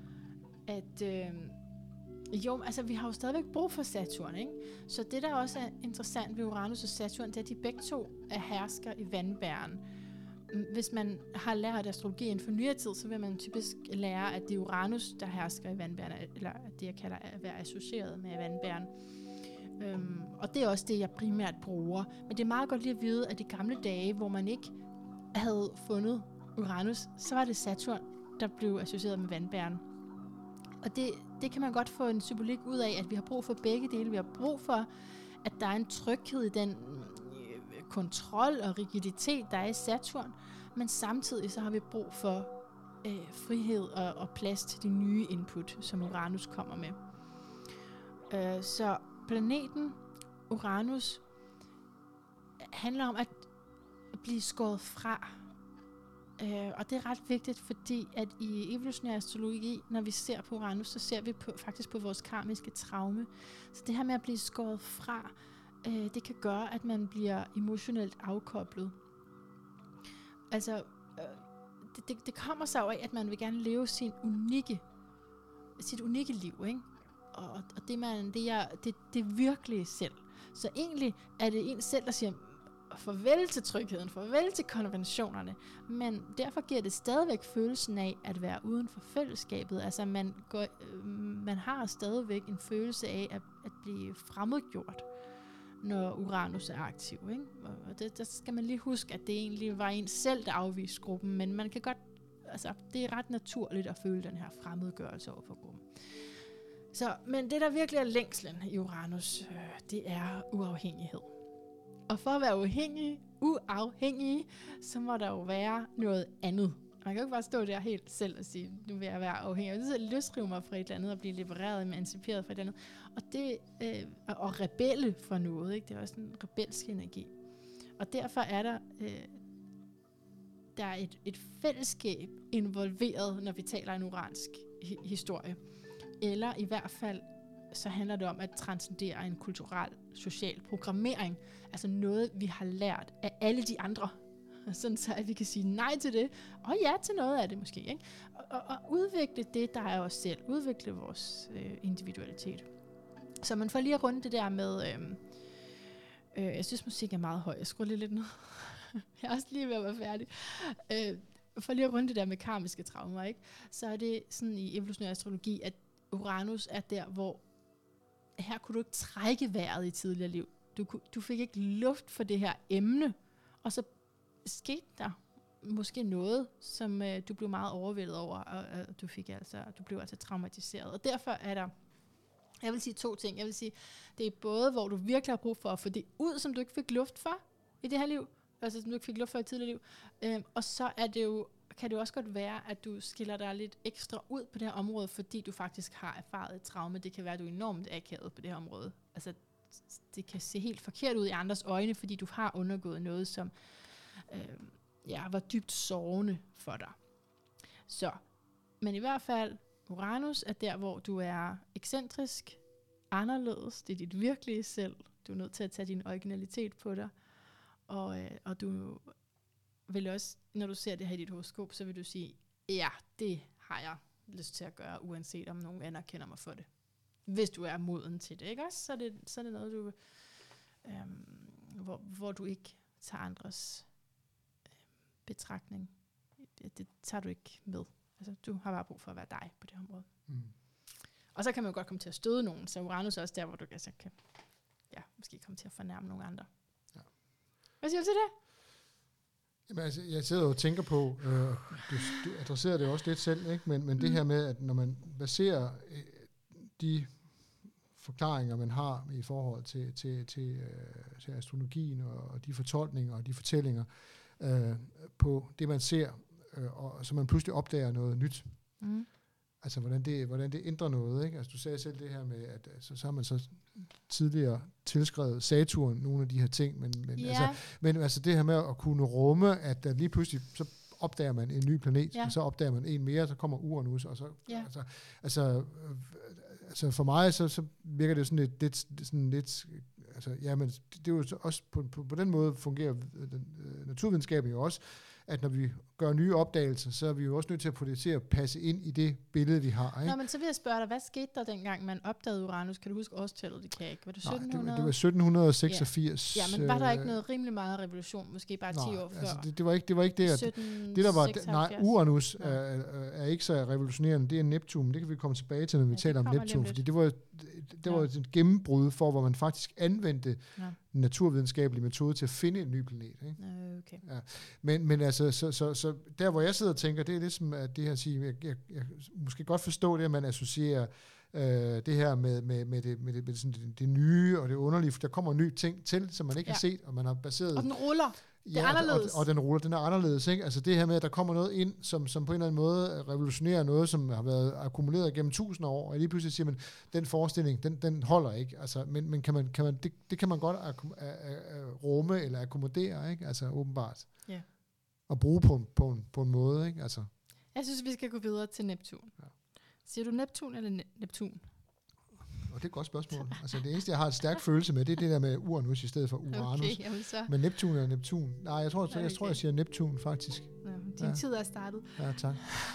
at øh, jo, altså vi har jo stadigvæk brug for Saturn, ikke? Så det, der også er interessant ved Uranus og Saturn, det er, at de begge to er hersker i vandbæren. Hvis man har lært astrologi inden for nyere tid, så vil man typisk lære, at det er Uranus, der hersker i vandbæren, eller det, jeg kalder at være associeret med vandbæren. Øhm, og det er også det, jeg primært bruger. Men det er meget godt lige at vide, at i gamle dage, hvor man ikke havde fundet Uranus, så var det Saturn, der blev associeret med vandbæren. Og det, det kan man godt få en symbolik ud af, at vi har brug for begge dele. Vi har brug for, at der er en tryghed i den øh, kontrol og rigiditet, der er i Saturn, men samtidig så har vi brug for øh, frihed og, og plads til de nye input, som Uranus kommer med. Øh, så planeten Uranus handler om at blive skåret fra. Uh, og det er ret vigtigt, fordi at i evolutionær astrologi, når vi ser på Uranus, så ser vi på, faktisk på vores karmiske traume. Så det her med at blive skåret fra, uh, det kan gøre, at man bliver emotionelt afkoblet. Altså, uh, det, det, det kommer sig af, at man vil gerne leve sin unikke, sit unikke liv, ikke? Og, og det, man, det, er, det, det er virkelig selv. Så egentlig er det en selv, der siger, farvel til trygheden, farvel til konventionerne, men derfor giver det stadigvæk følelsen af at være uden for fællesskabet. Altså man, går, øh, man har stadigvæk en følelse af at, at blive fremmedgjort, når Uranus er aktiv, ikke? Og det, der skal man lige huske, at det egentlig var en selv, der afviste gruppen, men man kan godt, altså det er ret naturligt at føle den her fremmedgørelse over for gruppen. Så, men det der virkelig er længslen i Uranus, øh, det er uafhængighed. Og for at være uafhængige, uafhængige, så må der jo være noget andet. Man kan jo ikke bare stå der helt selv og sige, nu vil jeg være afhængig. Jeg vil løsrive mig fra et eller andet og blive libereret, emanciperet fra et eller andet. Og, det, øh, og rebelle for noget, ikke? Det er også en rebelsk energi. Og derfor er der, øh, der er et, et fællesskab involveret, når vi taler en uransk hi- historie. Eller i hvert fald, så handler det om at transcendere en kulturel, social programmering. Altså noget, vi har lært af alle de andre. Sådan så, at vi kan sige nej til det, og ja til noget af det måske. Ikke? Og, og, og udvikle det, der er os selv. Udvikle vores øh, individualitet. Så man får lige at runde det der med, øh, Øh, jeg synes, musik er meget høj. Jeg skruer lige lidt ned. Jeg er også lige ved at være færdig. Øh, for lige at runde det der med karmiske traumer, ikke? Så er det sådan i evolutionær astrologi, at Uranus er der, hvor her kunne du ikke trække vejret i tidligere liv. Du, du fik ikke luft for det her emne, og så skete der måske noget, som øh, du blev meget overvældet over, og, og du fik altså, du blev altså traumatiseret. Og derfor er der, jeg vil sige to ting. Jeg vil sige, det er både, hvor du virkelig har brug for at få det ud, som du ikke fik luft for i det her liv, altså som du ikke fik luft for i tidligere liv, øhm, og så er det jo, kan det jo også godt være, at du skiller dig lidt ekstra ud på det her område, fordi du faktisk har erfaret et traume. Det kan være, at du er enormt akavet på det her område. Altså, det kan se helt forkert ud i andres øjne, fordi du har undergået noget, som øh, ja, var dybt sårende for dig. Så, men i hvert fald, Uranus er der, hvor du er ekscentrisk, anderledes. Det er dit virkelige selv. Du er nødt til at tage din originalitet på dig. Og, øh, og du vil også, når du ser det her i dit horoskop, så vil du sige, ja, det har jeg lyst til at gøre, uanset om nogen anerkender mig for det. Hvis du er moden til det, ikke også? Så er det, så er det noget, du, øhm, hvor, hvor du ikke tager andres øh, betragtning. Det, det tager du ikke med. Altså, du har bare brug for at være dig på det område. Mm. Og så kan man jo godt komme til at støde nogen, så Uranus er også der, hvor du altså, kan ja, måske komme til at fornærme nogle andre. Ja. Hvad siger du til det? Jamen, altså, jeg sidder og tænker på, øh, du, du adresserer det også lidt selv, ikke? Men, men mm. det her med, at når man baserer øh, de forklaringer, man har i forhold til, til, til, øh, til astrologien og, og de fortolkninger og de fortællinger øh, på det, man ser, øh, og så man pludselig opdager noget nyt. Mm. Altså, hvordan det, hvordan det ændrer noget, ikke? Altså, du sagde selv det her med, at altså, så har man så tidligere tilskrevet Saturn nogle af de her ting, men, men, yeah. altså, men altså det her med at kunne rumme, at der lige pludselig, så opdager man en ny planet, yeah. og så opdager man en mere, så kommer Uranus, og så, yeah. altså, altså, altså for mig, så, så virker det sådan lidt, lidt, sådan lidt altså, ja, men det er jo også, på, på, på den måde fungerer den, øh, naturvidenskaben jo også, at når vi gør nye opdagelser, så er vi jo også nødt til at få det til at passe ind i det billede, vi har. Ikke? Nå, men så vil jeg spørge dig, hvad skete der dengang, man opdagede Uranus? Kan du huske årstallet? Det kan jeg ikke. Var det sytten hundrede? Nej, det var, det var sytten seksogfirs. Ja. ja, men var der ikke noget rimelig meget revolution? Måske bare nej, ti år før? Altså det, det var ikke det. Var ikke det, det der var, nej, Uranus er, er ikke så revolutionerende. Det er Neptun. Det kan vi komme tilbage til, når vi ja, taler om Neptun. Fordi det var, det, det var ja. et gennembrud for, hvor man faktisk anvendte ja. en naturvidenskabelig metode til at finde en ny planet. Ikke? Okay. Ja. Men, men altså, så, så, så der hvor jeg sidder og tænker, det er ligesom at det her at sige, jeg, jeg, jeg måske godt forstå det, at man associerer øh, det her med, med, med, det, med, det, med sådan det, det nye og det underlige, for der kommer nye ting til, som man ikke ja. har set, og man har baseret... Og den ruller. Det er ja, anderledes. Og, og den ruller, den er anderledes, ikke? Altså det her med, at der kommer noget ind, som, som på en eller anden måde revolutionerer noget, som har været akkumuleret gennem tusind år, og lige pludselig siger man, den forestilling, den, den holder ikke. Altså, men, men kan man, kan man, det, det kan man godt akkum, a, a, a, rumme eller akkommodere, ikke? Altså åbenbart. Ja. Og bruge på, på, en, på en måde, ikke? Altså. Jeg synes, vi skal gå videre til Neptun. Ja. Siger du Neptun eller ne- Neptun? Og det er et godt spørgsmål. Altså det eneste, jeg har et stærkt følelse med, det er det der med Uranus i stedet for Uranus. Okay, jamen så. Men Neptun eller Neptun? Nej, jeg tror, jeg, jeg, tror, jeg siger Neptun faktisk. Ja, din ja. tid er startet. Ja, tak.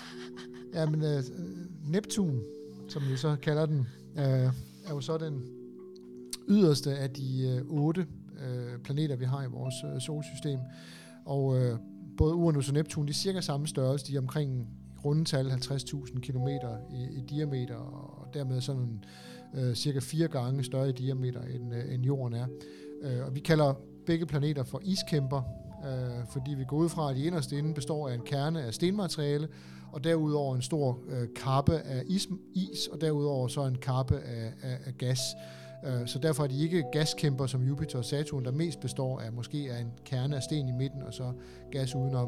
Ja, men uh, Neptun, som vi så kalder den, uh, er jo så den yderste af de uh, otte uh, planeter, vi har i vores uh, solsystem. Og uh, både Uranus og Neptun, de er cirka samme størrelse. De er omkring rundetal halvtreds tusind kilometer i, i diameter, og dermed sådan en øh, cirka fire gange større i diameter, end, øh, end jorden er. Øh, og vi kalder begge planeter for iskæmper, øh, fordi vi går ud fra, at de inderste inde består af en kerne af stenmateriale, og derudover en stor øh, kappe af is, is, og derudover så en kappe af, af, af gas. Øh, så derfor er de ikke gaskæmper som Jupiter og Saturn, der mest består af måske af en kerne af sten i midten, og så gas udenom.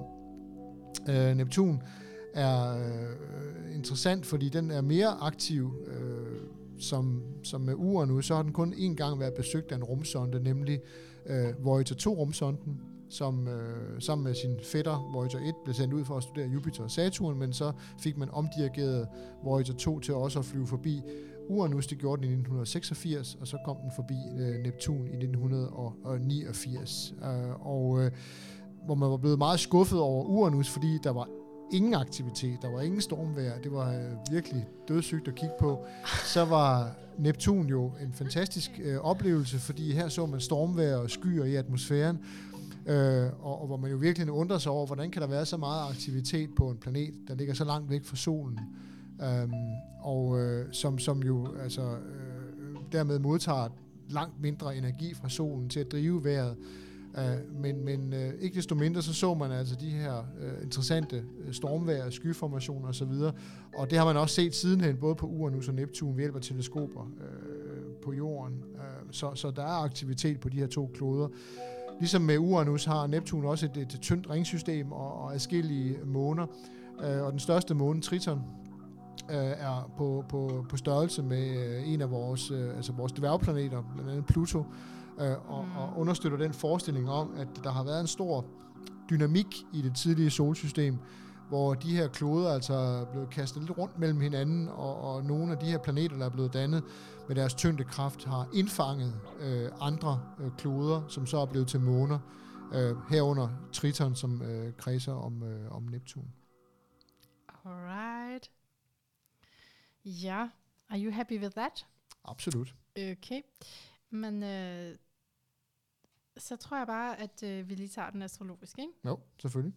Øh, Neptun er øh, interessant, fordi den er mere aktiv, øh, som, som med Uranus, så har den kun én gang været besøgt af en rumsonde, nemlig øh, Voyager to-rumsonden, som øh, sammen med sin fætter Voyager et blev sendt ud for at studere Jupiter og Saturn, men så fik man omdirigeret Voyager to til også at flyve forbi Uranus. Det gjorde den i nitten seksogfirs, og så kom den forbi øh, Neptun i nitten niogfirs. Øh, og øh, hvor man var blevet meget skuffet over Uranus, fordi der var ingen aktivitet, der var ingen stormvejr, det var øh, virkelig dødssygt at kigge på, så var Neptun jo en fantastisk øh, oplevelse, fordi her så man stormvejr og skyer i atmosfæren, øh, og, og hvor man jo virkelig undrer sig over, hvordan kan der være så meget aktivitet på en planet, der ligger så langt væk fra solen, øh, og øh, som, som jo altså, øh, dermed modtager langt mindre energi fra solen til at drive vejret. Uh, men men uh, ikke desto mindre, så så man altså de her uh, interessante uh, stormvejr, skyformationer osv., og det har man også set sidenhen, både på Uranus og Neptun ved hjælp af teleskoper uh, på jorden. Uh, så, så der er aktivitet på de her to kloder. Ligesom med Uranus har Neptun også et, et tyndt ringsystem og, og adskillige måner, uh, og den største måne, Triton, uh, er på, på, på størrelse med uh, en af vores, uh, altså vores dværgplaneter, blandt andet Pluto, Uh, og, og understøtter den forestilling om, at der har været en stor dynamik i det tidlige solsystem, hvor de her kloder altså er blevet kastet lidt rundt mellem hinanden, og, og nogle af de her planeter, der er blevet dannet med deres tyngdekraft, har indfanget uh, andre uh, kloder, som så er blevet til måner, uh, herunder Triton, som uh, kredser om, uh, om Neptun. Alright. Ja, yeah. Are you happy with that? Absolut. Okay. Men øh, så tror jeg bare, at øh, vi lige tager den astrologiske, ikke? Jo, selvfølgelig.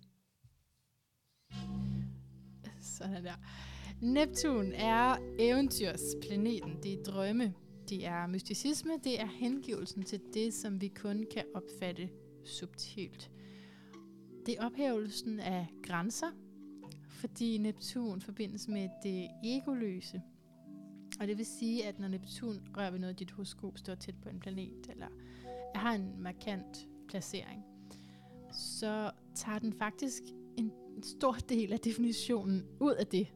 Sådan der. Neptun er eventyrsplaneten. Det er drømme. Det er mysticisme. Det er hengivelsen til det, som vi kun kan opfatte subtilt. Det er ophævelsen af grænser, fordi Neptun forbindes med det egoløse. Og det vil sige, at når Neptun rører ved noget, dit horoskop står tæt på en planet, eller har en markant placering, så tager den faktisk en, en stor del af definitionen ud af det.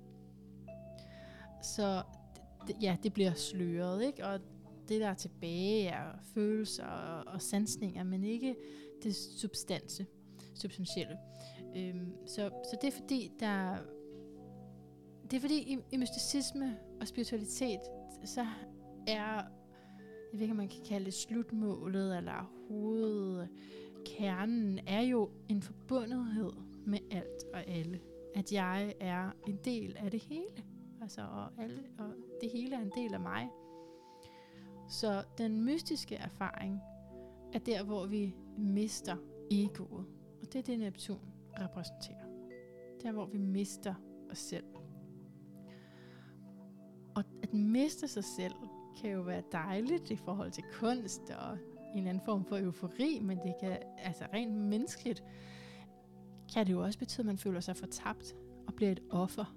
Så det, ja, det bliver sløret, ikke? Og det, der er tilbage, er følelser og, og sansninger, men ikke det substanse, substantielle. Øhm, så, så det er fordi, der... Det er fordi, i, i mysticisme og spiritualitet, så er, jeg ved ikke, om man kan kalde det slutmålet, eller hovedkernen, er jo en forbundethed med alt og alle. At jeg er en del af det hele. Altså, og, alle, og det hele er en del af mig. Så den mystiske erfaring er der, hvor vi mister egoet. Og det er det, Neptun repræsenterer. Der, hvor vi mister os selv. Og at miste sig selv kan jo være dejligt i forhold til kunst og en eller anden form for eufori, men det kan, altså rent menneskeligt, kan det jo også betyde, at man føler sig fortabt og bliver et offer.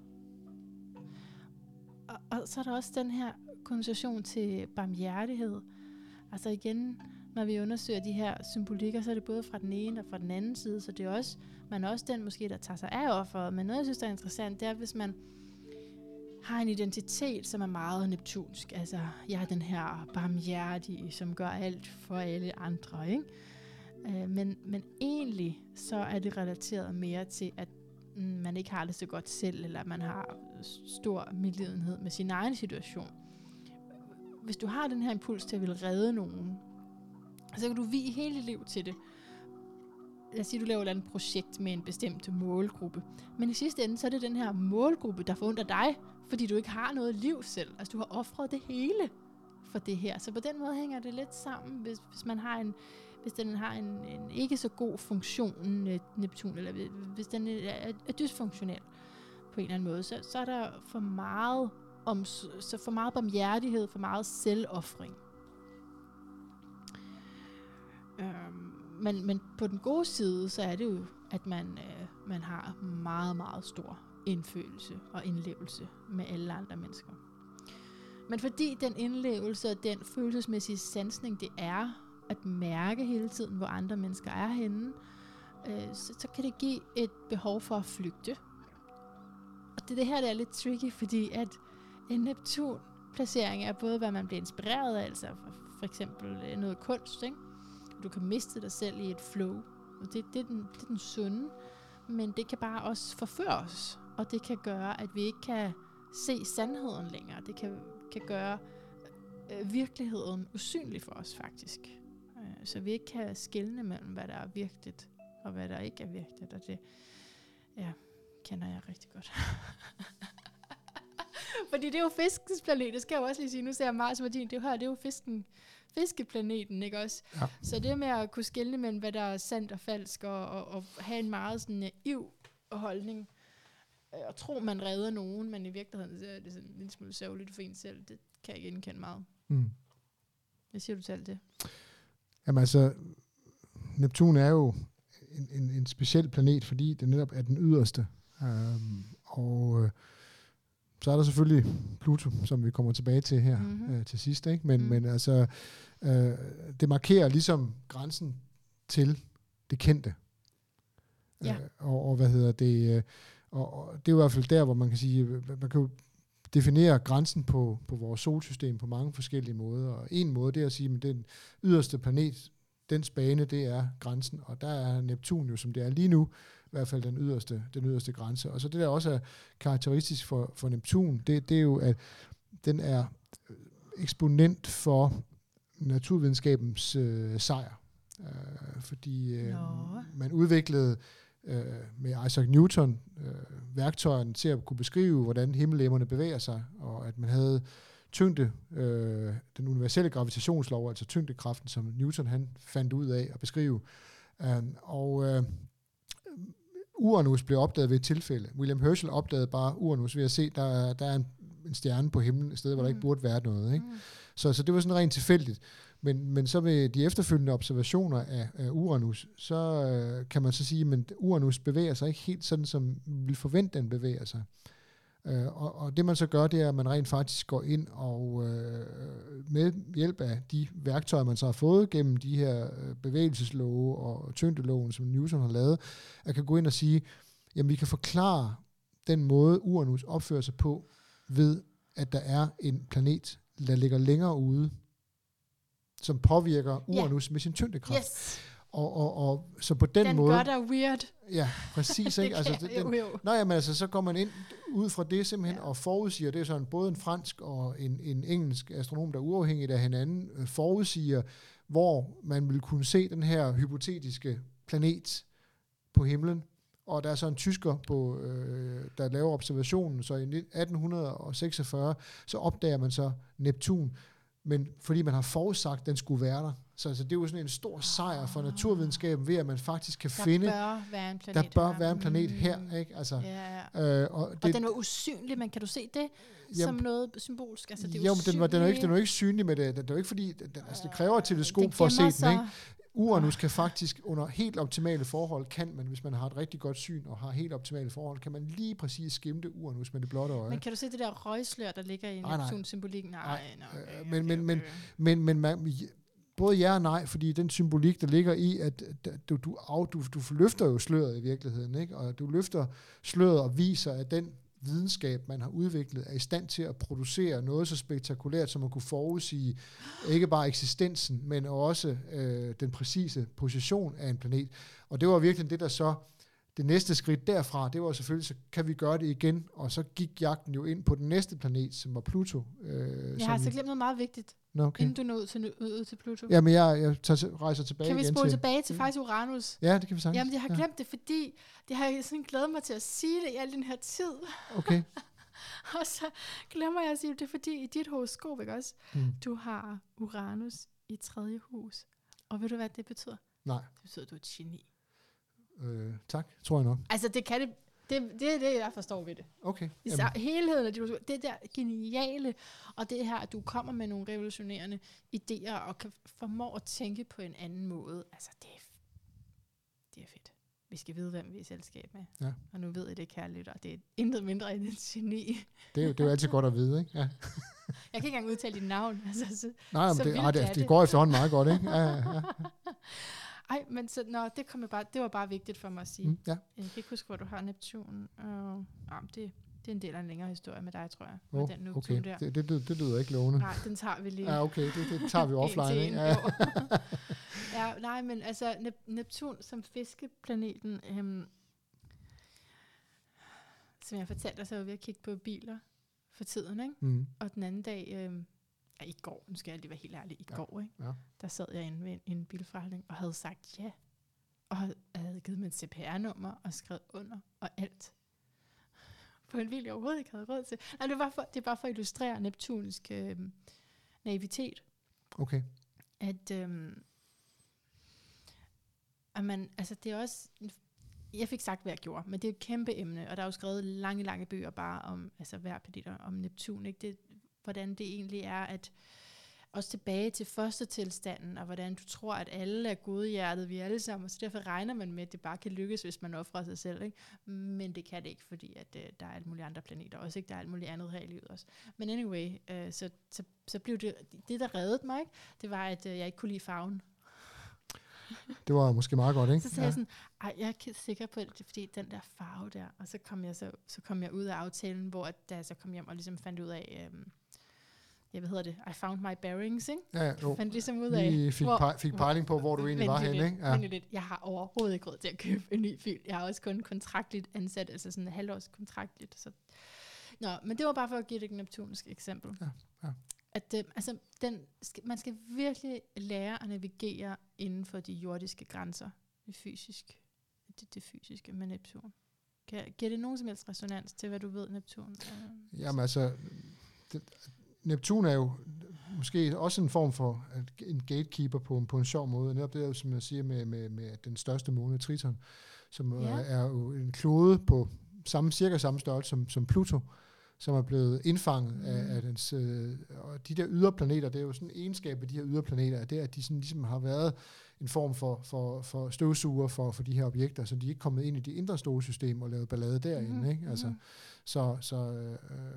Og, og så er der også den her konnotation til barmhjertighed. Altså igen, når vi undersøger de her symbolikker, så er det både fra den ene og fra den anden side, så det er også, man er også den måske, der tager sig af offeret. Men noget, jeg synes, der er interessant, det er, hvis man har en identitet, som er meget neptunsk. Altså, jeg er den her barmhjertige, som gør alt for alle andre, ikke? Øh, men, men egentlig, så er det relateret mere til, at mm, man ikke har det så godt selv, eller man har stor medlidenhed med sin egen situation. Hvis du har den her impuls til at ville redde nogen, så kan du vie hele dit liv til det. Lad os sige, du laver et eller andet projekt med en bestemt målgruppe. Men i sidste ende, så er det den her målgruppe, der forundrer dig, fordi du ikke har noget liv selv. Altså, du har offret det hele for det her. Så på den måde hænger det lidt sammen, hvis, hvis man har en, hvis den har en, en ikke så god funktion, Neptun, eller hvis den er, er dysfunktionel på en eller anden måde, så, så er der for meget, om, så for meget barmhjertighed, for meget selvoffring. Øhm, men, men på den gode side, så er det jo, at man, øh, man har meget, meget stor indfølelse og indlevelse med alle andre mennesker. Men fordi den indlevelse og den følelsesmæssige sansning, det er at mærke hele tiden, hvor andre mennesker er henne, øh, så, så kan det give et behov for at flygte. Og det, det her, der er lidt tricky, fordi at en Neptun-placering er både, hvad man bliver inspireret af, altså for, for eksempel noget kunst, ikke? Du kan miste dig selv i et flow, og det, det, er den, det er den sunde, men det kan bare også forføre os, og det kan gøre, at vi ikke kan se sandheden længere. Det kan, kan gøre øh, virkeligheden usynlig for os, faktisk. Øh, så vi ikke kan skelne mellem, hvad der er virkeligt, og hvad der ikke er virkeligt, og det ja, kender jeg rigtig godt. Fordi det er jo fiskens planet, det skal jeg jo også lige sige. Nu ser jeg Mars og din, det her, det er jo fisken, fiskeplaneten, ikke også? Ja. Så det med at kunne skelne mellem, hvad der er sandt og falsk, og, og, og have en meget sådan naiv holdning, og tro, man redder nogen, men i virkeligheden så er det sådan en lille smule sørgeligt for en selv. Det kan jeg ikke genkende meget. Mm. Hvad siger du til alt det? Jamen altså, Neptun er jo en, en, en speciel planet, fordi det netop er den yderste. Um, og øh, så er der selvfølgelig Pluto, som vi kommer tilbage til her mm-hmm. øh, til sidst. Ikke? Men, mm. men altså, øh, det markerer ligesom grænsen til det kendte. Ja. Øh, og, og hvad hedder det... Øh, og, og det er i hvert fald der, hvor man kan sige, man kan jo definere grænsen på, på vores solsystem på mange forskellige måder. Og en måde, det er at sige, at den yderste planet, dens bane, det er grænsen. Og der er Neptun jo, som det er lige nu, i hvert fald den yderste, den yderste grænse. Og så det, der også er karakteristisk for, for Neptun, det, det er jo, at den er eksponent for naturvidenskabens øh, sejr. Øh, fordi øh, man udviklede øh, med Isaac Newton øh, værktøjerne til at kunne beskrive, hvordan himmellegemerne bevæger sig, og at man havde tyngde, øh, den universelle gravitationslov, altså tyngdekraften, som Newton han fandt ud af at beskrive. Um, og øh, Uranus blev opdaget ved et tilfælde. William Herschel opdagede bare Uranus ved at se, der, der er en, en stjerne på himlen, et sted, hvor mm. der ikke burde være noget. Ikke? Mm. Så, så det var sådan rent tilfældigt. Men, men så ved de efterfølgende observationer af, af Uranus, så øh, kan man så sige, at Uranus bevæger sig ikke helt sådan, som vi vil forvente, den bevæger sig. Øh, og, og det man så gør, det er, at man rent faktisk går ind og øh, med hjælp af de værktøjer, man så har fået gennem de her bevægelseslove og tyngdeloven, som Newton har lavet, at kan gå ind og sige, jamen vi kan forklare den måde, Uranus opfører sig på, ved at der er en planet, der ligger længere ude, som påvirker Uranus yeah. med sin tyngdekraft. Yes. Og, og, og så på den, den måde... Den gør dig weird. Ja, præcis. Ikke? altså, den, jo, jo. Nej, men altså, så går man ind ud fra det simpelthen ja. og forudsiger, det er sådan både en fransk og en, en engelsk astronom, der uafhængigt af hinanden, øh, forudsiger, hvor man vil kunne se den her hypotetiske planet på himlen. Og der er så en tysker, på, øh, der laver observationen, så i atten seksogfyrre, så opdager man så Neptun, men fordi man har forudsagt, at den skulle være der. Så altså, det er jo sådan en stor sejr for naturvidenskaben, ved at man faktisk kan der finde, bør være en planet der bør her. være en planet mm. her. Ikke? Altså, ja, ja. Øh, og, det, og den var usynlig, men kan du se det jamen, som noget symbolsk? Altså, det er jo, men den, var, den, er jo ikke, den er jo ikke synlig med det. Det er jo ikke fordi, den, altså, det kræver et teleskop for at se den. Ikke? Uranus kan faktisk under helt optimale forhold, kan man, hvis man har et rigtig godt syn og har helt optimale forhold, kan man lige præcis skimte Uranus med det blotte øje. Men kan du se det der røgslør, der ligger i Neptun-symbolikken? Nej, nej. nej okay, okay, men, okay, men, okay. men, men, men man, både ja og nej, fordi den symbolik, der ligger i, at du, du, du, du løfter jo sløret i virkeligheden, ikke? Og du løfter sløret og viser, at den videnskab, man har udviklet, er i stand til at producere noget så spektakulært, som at kunne forudsige ikke bare eksistensen, men også øh, den præcise position af en planet. Og det var virkelig det, der så, det næste skridt derfra, det var selvfølgelig, så kan vi gøre det igen, og så gik jagten jo ind på den næste planet, som var Pluto. Øh, jeg har altså glemt noget meget vigtigt, no, okay. inden du nåede ud til, ud til Pluto. Ja, men jeg, jeg tager, rejser tilbage igen til... Kan vi spole tilbage til faktisk Uranus? Ja, det kan vi sagtens. Jamen, jeg har ja. glemt det, fordi det har jeg sådan glædet mig til at sige det i al den her tid. Okay. Og så glemmer jeg at sige det, er fordi i dit horoskop, ikke også? Mm. Du har Uranus i tredje hus. Og ved du, hvad det betyder? Nej. Det betyder, at du er et geni. Øh, tak, tror jeg nok. Altså, det kan det... Det, det er det, jeg forstår ved det. Okay. Så helheden af det, det der geniale, og det her, at du kommer med nogle revolutionerende idéer, og kan formå at tænke på en anden måde. Altså, det er, det er fedt. Vi skal vide, hvem vi er i selskab med. Ja. Og nu ved I det, kære lytter. Det er intet mindre end et geni. Det er jo, det er jo altid godt at vide, ikke? Ja. Jeg kan ikke engang udtale dit navn. Altså, så, Nej, men det, ej, det, det går efterhånden meget godt, ikke? Ja, ja, ja. Ej, men så, nå, det, kom bare, det var bare vigtigt for mig at sige. Mm, ja. Jeg kan ikke huske, hvor du har Neptun. Uh, ah, det, det er en del af en længere historie med dig, tror jeg. Oh, med den Neptun okay, der. det, det, det, det lyder ikke lovende. Nej, den tager vi lige. Ja, okay, det, det tager vi offline, ikke? Ja. Ja, nej, men altså Nep- Neptun som fiskeplaneten, øhm, som jeg fortalte dig, så var vi ved at kigge på biler for tiden, ikke? Mm. Og den anden dag, øhm, ja, i går, nu skal jeg lige være helt ærlig, i ja. går, ikke? Ja. Der sad jeg inde ved en, en bilforhandling og havde sagt ja, og havde givet mig et C P R-nummer og skrevet under og alt. på en bil, jeg overhovedet ikke havde råd til. Nej, det er bare for, det er bare for at illustrere neptunsk øh, naivitet. Okay. At, øh, at man, altså det er også, jeg fik sagt, hvad jeg gjorde, men det er et kæmpe emne, og der er jo skrevet lange, lange bøger bare om, altså hver planet om Neptun, ikke? Det, hvordan det egentlig er, at også tilbage til første tilstanden, og hvordan du tror, at alle er godhjertet, vi er alle sammen, og så derfor regner man med, at det bare kan lykkes, hvis man offrer sig selv, ikke? Men det kan det ikke, fordi at, uh, der er alle mulige andre planeter, også ikke, der er alt muligt andet her i livet også. Men anyway, uh, så, så, så blev det, det der reddede mig, ikke? Det var, at uh, jeg ikke kunne lide farven. Det var måske meget godt, ikke? Så sagde ja. jeg sådan, ej, jeg er ikke sikker på det, fordi den der farve der, og så kom jeg, så, så kom jeg ud af aftalen, hvor at, da jeg så kom hjem og ligesom fandt ud af, øhm, ja, hvad hedder det, I found my bearings, ikke? Ja, jo. Fandt ligesom ud af, vi fik, hvor, pej, fik pejling på, hvor du egentlig var henne, ikke? Ja. Lidt. Jeg har overhovedet ikke råd til at købe en ny bil. Jeg har også kun kontraktligt ansat, altså sådan en halvårs kontraktligt. Så. Nå, men det var bare for at give det et neptunsk eksempel. Ja, ja. At øh, altså, den, skal, man skal virkelig lære at navigere inden for de jordiske grænser, det fysiske, det, det fysiske med Neptun. Kan, giver det nogen som helst resonans til, hvad du ved, Neptun? Øh, Jamen altså, det, Neptun er jo måske også en form for en gatekeeper på, på en sjov måde. Netop det er jo, som jeg siger, med, med, med den største måne, Triton, som ja. er jo en klode på samme, cirka samme størrelse som, som Pluto, som er blevet indfanget mm. af, af dens, øh, og de der ydre planeter, det er jo sådan en egenskab af de her ydre planeter, det er, at de sådan ligesom har været en form for, for, for støvsuger for, for de her objekter, så de er ikke kommet ind i det indre solsystem og lavet ballade derinde, mm. ikke? Altså, så, så, øh,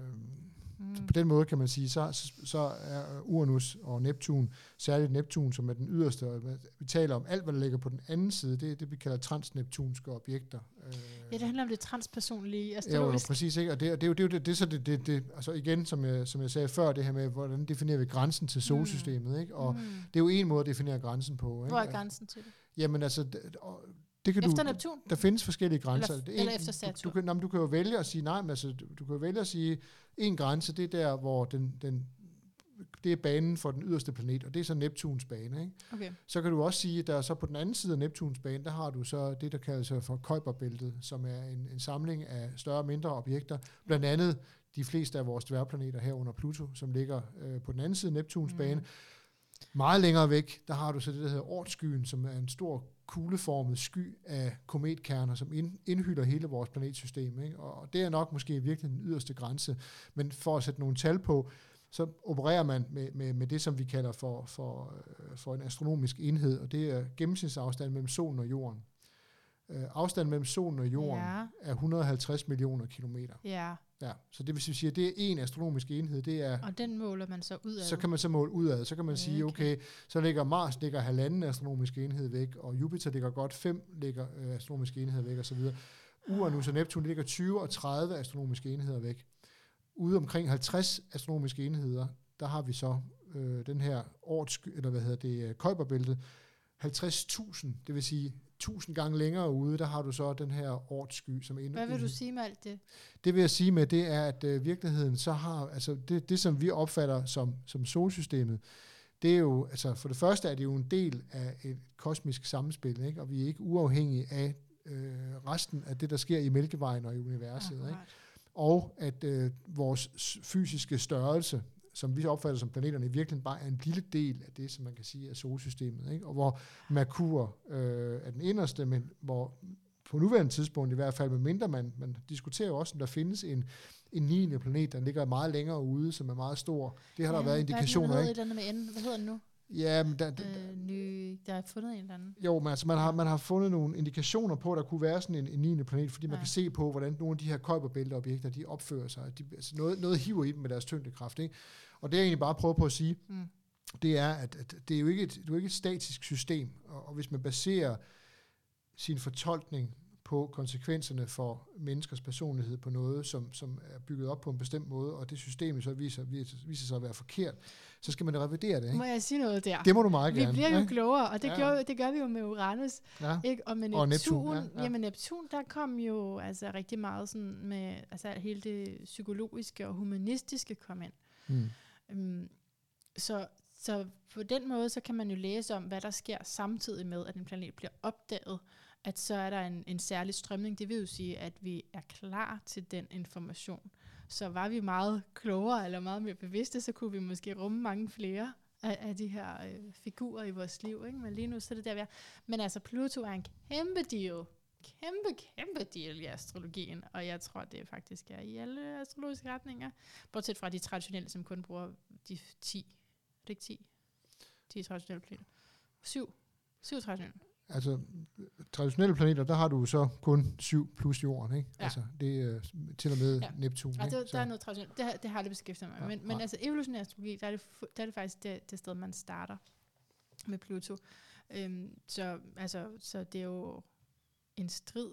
mm. så på den måde kan man sige, så, så, så er Uranus og Neptun, særligt Neptun, som er den yderste, og vi taler om alt, hvad der ligger på den anden side, det er det, vi kalder transneptunske objekter. Ja, det handler om det transpersonlige, astrologisk. Ja, præcis, ikke? Og det, og det er jo det, det, det, så det, det, det, altså igen, som jeg, som jeg sagde før, det her med, hvordan definerer vi grænsen til solsystemet, mm. ikke? Og mm. det er jo en måde at definere grænsen på. Ikke? Hvor er grænsen til det? Jamen altså, det, det kan efter du, Neptun? Der findes forskellige grænser. Eller, det er eller en, efter Saturn? Du, du, kan, jamen, du kan jo vælge at sige, nej, men altså, du, du kan jo vælge at sige, en grænse, det er der, hvor den, den det er banen for den yderste planet, og det er så Neptuns bane. Ikke? Okay. Så kan du også sige, at der så på den anden side af Neptuns bane, der har du så det, der kaldes for Kuiperbæltet, som er en, en samling af større og mindre objekter, blandt andet de fleste af vores dværgplaneter herunder Pluto, som ligger øh, på den anden side af Neptuns mm. bane. Meget længere væk, der har du så det, der hedder Oortskyen, som er en stor kugleformet sky af kometkerner, som ind, indhylder hele vores planetsystem. Ikke? Og det er nok måske virkelig den yderste grænse, men for at sætte nogle tal på, så opererer man med, med, med det, som vi kalder for, for, for en astronomisk enhed, og det er gennemsnitsafstanden mellem solen og jorden. Øh, afstanden mellem solen og jorden ja. er et hundrede og halvtreds millioner kilometer. Ja. Ja, så det vil sige, at det er en astronomisk enhed. Det er, og den måler man så ud af. Så kan man så måle ud af. Så kan man okay. sige, okay, så ligger Mars ligger halvanden astronomisk enhed væk, og Jupiter ligger godt fem ligger, øh, astronomiske enheder væk, og så videre. Uranus og Neptun ligger tyve og tredive astronomiske enheder væk. Ude omkring halvtreds astronomiske enheder, der har vi så øh, den her Oort, eller hvad hedder det, Kuiperbæltet. halvtreds tusind, det vil sige tusind gange længere ude, der har du så den her Oortsky, som endnu. Hvad vil du sige med alt det? Det vil jeg sige med, det er, at øh, virkeligheden så har, altså det, det som vi opfatter som, som solsystemet, det er jo, altså for det første er det jo en del af et kosmisk samspil, ikke? Og vi er ikke uafhængige af øh, resten af det, der sker i Mælkevejen og i universet, ikke? Og at øh, vores fysiske størrelse, som vi opfatter som planeterne, i virkeligheden bare er en lille del af det, som man kan sige er solsystemet. Ikke? Og hvor Merkur øh, er den inderste, men hvor på nuværende tidspunkt i hvert fald, med mindre man, man diskuterer jo også, om der findes en, en niende planet, der ligger meget længere ude, som er meget stor. Det har ja, der været indikationer af. Hvad, hvad hedder den nu? Ja, men der, der, øh, ny, der er fundet en eller anden. Jo, men altså man har, man har fundet nogle indikationer på, at der kunne være sådan en, en niende planet, fordi man ja. kan se på, hvordan nogle af de her Kuiperbælte-objekter, de opfører sig. De, altså noget, noget hiver i dem med deres tyngdekraft. Ikke? Og det jeg egentlig bare prøver på at sige, mm. det er, at, at det er jo ikke et, det er jo ikke et statisk system, og, og hvis man baserer sin fortolkning på konsekvenserne for menneskers personlighed på noget, som, som er bygget op på en bestemt måde, og det system så viser, viser sig at være forkert, så skal man revidere det. Ikke? Må jeg sige noget der? Det må du meget gerne. Vi bliver jo ja? klogere, og det, ja. gør, det gør vi jo med Uranus. Ja. Ikke? Og med Neptun, og Neptun, ja, ja. Jamen Neptun, der kom jo altså rigtig meget sådan med, altså hele det psykologiske og humanistiske kom ind. Mm. Um, så, så på den måde, så kan man jo læse om, hvad der sker samtidig med, at en planet bliver opdaget. at så er der en, en særlig strømning. Det vil jo sige, at vi er klar til den information. Så var vi meget klogere eller meget mere bevidste, så kunne vi måske rumme mange flere af, af de her øh, figurer i vores liv. Ikke? Men lige nu så er det der, vi er. Men altså, Pluto er en kæmpe deal. Kæmpe, kæmpe deal i astrologien. Og jeg tror, det faktisk er i alle astrologiske retninger. Bortset fra de traditionelle, som kun bruger de ti. Er det ikke ti? ti traditionelle planeter. Syv. Syv traditionelle. Altså, traditionelle planeter, der har du så kun syv plus jorden, ikke? Ja. Altså, det er til og med ja. Neptun. Ja, ikke? det, der er noget traditionelt. Det, har- det har jeg aldrig beskæftiget mig med. Ja, Men, men nej. altså, evolutionær astrologi, der er det, fu- der er det faktisk det, det sted, man starter med Pluto. Øhm, så, altså, så det er jo en strid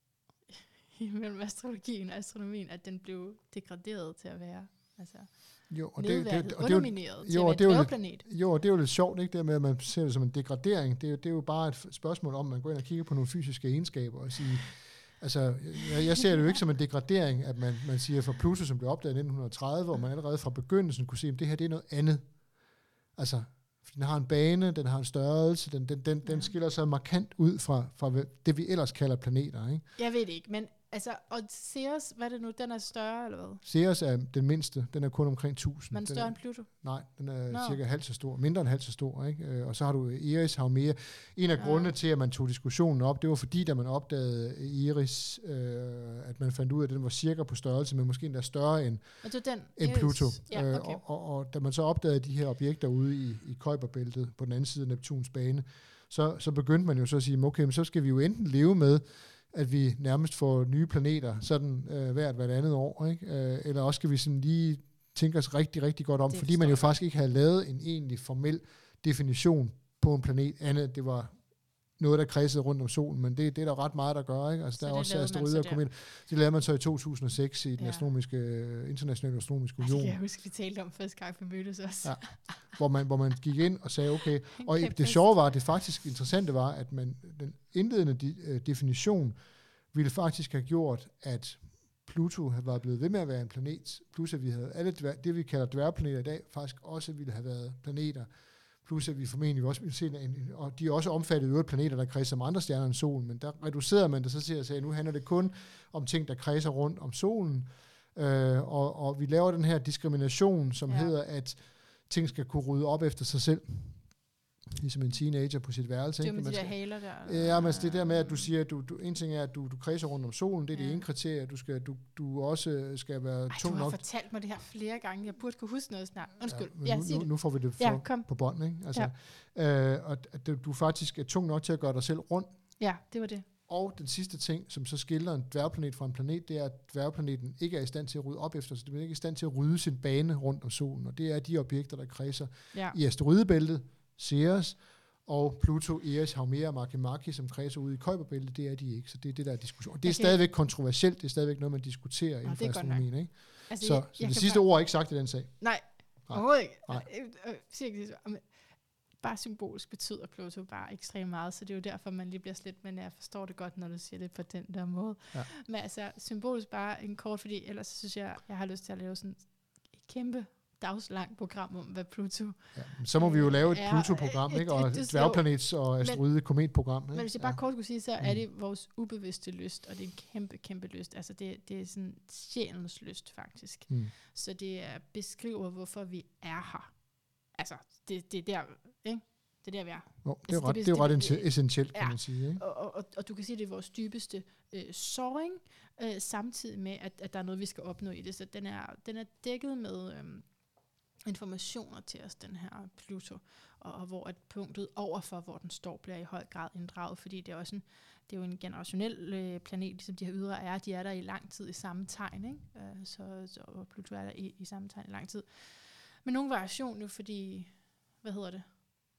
mellem astrologien og astronomien, at den blev degraderet til at være altså, Jo, og det, nedværdiget, det, og det, er jo- undermineret til jo, at og være det er en jo lidt- dværgplanet. jo, og det er jo lidt sjovt, ikke? Det med, at man ser det som en degradering. Det er, jo- det er jo bare et f- spørgsmål om, at man går ind og kigger på nogle fysiske egenskaber og siger, altså, jeg, jeg ser det jo ikke som en degradering, at man, man siger for Pluto, som blev opdaget i nitten tredive, og man allerede fra begyndelsen kunne se, at det her det er noget andet. Altså, den har en bane, den har en størrelse, den, den, den, den Ja. skiller sig markant ud fra, fra hvad- det, vi ellers kalder planeter, ikke? Jeg ved det ikke, men altså, og Ceres, hvad er det nu, den er større, eller hvad? Ceres er den mindste, den er kun omkring tusind. Men Den større er, end Pluto? nej, den er Nå. cirka halvt så stor, mindre end halvt så stor, ikke? Øh, Og så har du Eris Haumea. En af Ja. grundene til, at man tog diskussionen op, det var fordi, da man opdagede Eris, øh, at man fandt ud af, at den var cirka på størrelse, men måske endda større end, Og det er den? end Eris. Pluto. Ja, Øh, okay. og, og, og da man så opdagede de her objekter ude i, i Kuiperbæltet, på den anden side af Neptuns bane, så, så begyndte man jo så at sige, okay, men så skal vi jo enten leve med, at vi nærmest får nye planeter, sådan øh, hvert hvert andet år, ikke? Øh, eller også skal vi sådan lige tænke os rigtig, rigtig godt om, Det fordi man jo forstår jeg. faktisk ikke havde lavet en egentlig formel definition på en planet, andet at det var noget, der kredsede rundt om solen, men det, det er der ret meget, der gør, ikke? Altså, Så der er det også lavede man asteroider så og der. kometer. Det lavede man så i to tusind og seks i den Ja. astronomiske, øh, internationale astronomiske Ej, det union, kan jeg huske, vi talte om første gang, vi mødtes også. Ja. hvor, man, hvor man gik ind og sagde, okay, En og kæmpe det sjove var, at det faktisk interessante var, at man, den indledende de, øh, definition ville faktisk have gjort, at Pluto havde været blevet ved med at være en planet, plus at vi havde alle dvær, det, vi kalder dværgplaneter i dag, faktisk også ville have været planeter, plus at vi formentlig også ville se, en, en, og de er også omfattet øvrigt planeter, der kredser om andre stjerner end solen, men der reducerede man det så til at sige, at nu handler det kun om ting, der kredser rundt om solen, øh, og, og vi laver den her diskrimination, som Ja. ja. hedder, at ting skal kunne rydde op efter sig selv, ligesom en teenager på sit værelse. Det er ikke? med de Man der skal- haler der. Ja, men altså det der med, at du siger, at du, du, en ting er, at du, du kredser rundt om solen, det er Ja. det ene kriterie, du, skal, du, du også skal være Ej, du tung har nok. fortalt mig det her flere gange. Jeg burde kunne huske noget snart. Undskyld. men Ja, nu, sig nu, det. nu får vi det for, Ja, kom. på bånd, ikke? Altså, ja. øh, og at du, du faktisk er tung nok til at gøre dig selv rund. Ja, det var det. Og den sidste ting, som så skiller en dværgplanet fra en planet, det er, at dværgplaneten ikke er i stand til at rydde op efter sig. Den er ikke i stand til at rydde sin bane rundt om solen. Og det er de objekter, der kredser Ja. i asteroidebæltet, Ceres, og Pluto, Eris, Haumea og Makemake, som kredser ude i Kuiperbæltet, det er de ikke. Så det er det, der er diskussion. Og det er Jeg kan- stadigvæk kontroversielt. Det er stadigvæk noget, man diskuterer inden det for er godt nok. astronomien. Ikke? Altså, Så, jeg, så jeg det kan sidste fa- ord er ikke sagt i den sag. Nej, Nej. overhovedet ikke. Nej. Øh, øh, siger ikke det, men bare symbolisk betyder Pluto bare ekstremt meget, så det er jo derfor, man lige bliver slet, men jeg forstår det godt, når du siger det på den der måde. Ja. Men altså, symbolisk bare en kort, fordi ellers så synes jeg, jeg har lyst til at lave sådan et kæmpe dagslangt program om, hvad Pluto... Ja, så må vi jo lave et Ja, Pluto-program, øh, ikke? Og det- det- dværgplanets- og asteroide-kometprogram. Men hvis jeg bare kort kunne sige, så er Mm. det vores ubevidste lyst, og det er en kæmpe, kæmpe lyst. Altså det, det er sådan sjælens lyst, faktisk. Mm. Så det er, beskriver, hvorfor vi er her. Altså, det, det er der, ikke? Det er der, vi er. Jo, det er Altså, jo ret, det- det er jo ret det- esse- essentielt, kan ja. man sige. Ikke? Og, og, og, og du kan sige, at det er vores dybeste øh, sorg, øh, samtidig med, at, at der er noget, vi skal opnå i det. Så den er, den er dækket med øh, informationer til os, den her Pluto, og, og hvor at punktet overfor, hvor den står, bliver i høj grad inddraget, fordi det er også en, det er jo en generationel øh, planet, ligesom de her ydre er, de er der i lang tid i samme tegn, ikke? Øh, så, så og Pluto er der i, i samme tegn i lang tid. Men nogle variation jo, fordi, hvad hedder det?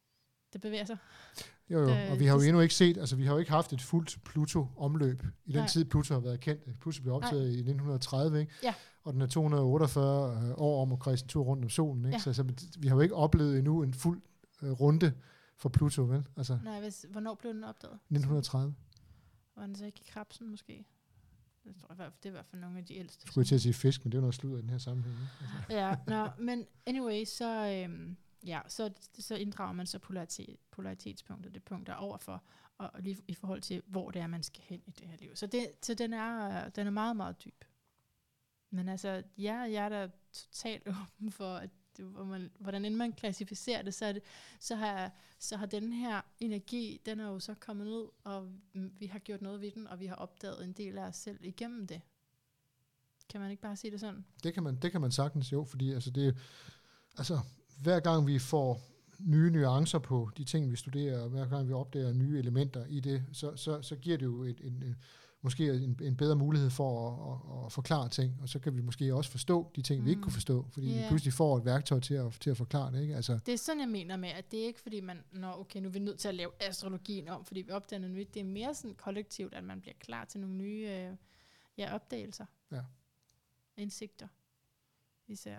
Det bevæger sig. Jo, jo, Det- og vi har jo det- endnu ikke set, altså vi har jo ikke haft et fuldt Pluto-omløb i den Nej. tid, Pluto har været kendt. Pluto blev optaget i nitten tredive, ikke? Ja. Og den er to hundrede otteogfyrre øh, år om at kredse en tur rundt om solen. Ikke? Ja. Så, så vi har jo ikke oplevet endnu en fuld øh, runde for Pluto, vel? Altså Nej, hvis, hvornår blev den opdaget? nitten tredive. Var den så ikke i Krabsen måske? Det, tror jeg, i hvert fald- det er i hvert fald nogle af de ældste. Skulle jeg til at sige fisk, men det er jo noget sludder i den her sammenhæng. Ikke? Altså. Ja, nå, men anyway, så, øhm, Ja, så, så inddrager man så polaritet, polaritetspunktet, det punkt, der er overfor, og, og lige i forhold til, hvor det er, man skal hen i det her liv. Så, det, så den, er, den er meget, meget dyb. Men altså, ja, jeg er da totalt åben for, at det, hvor man, hvordan end man klassificerer det, så, er det, så, har, så har den her energi, den er jo så kommet ud, og vi har gjort noget ved den, og vi har opdaget en del af os selv igennem det. Kan man ikke bare sige det sådan? Det kan man, det kan man sagtens, jo, fordi altså det, altså, hver gang vi får nye nuancer på de ting, vi studerer, og hver gang vi opdager nye elementer i det, så, så, så giver det jo et, en, en, måske en, en bedre mulighed for at, at, at forklare ting, og så kan vi måske også forstå de ting, mm. vi ikke kunne forstå, fordi yeah. vi pludselig får et værktøj til at, til at forklare det. Ikke? Altså, det er sådan, jeg mener med, at det er ikke fordi man, nå okay, nu er vi nødt til at lave astrologien om, fordi vi opdager noget nyt. Det er mere sådan kollektivt, at man bliver klar til nogle nye øh, ja, opdagelser. Ja. Indsigter. Især.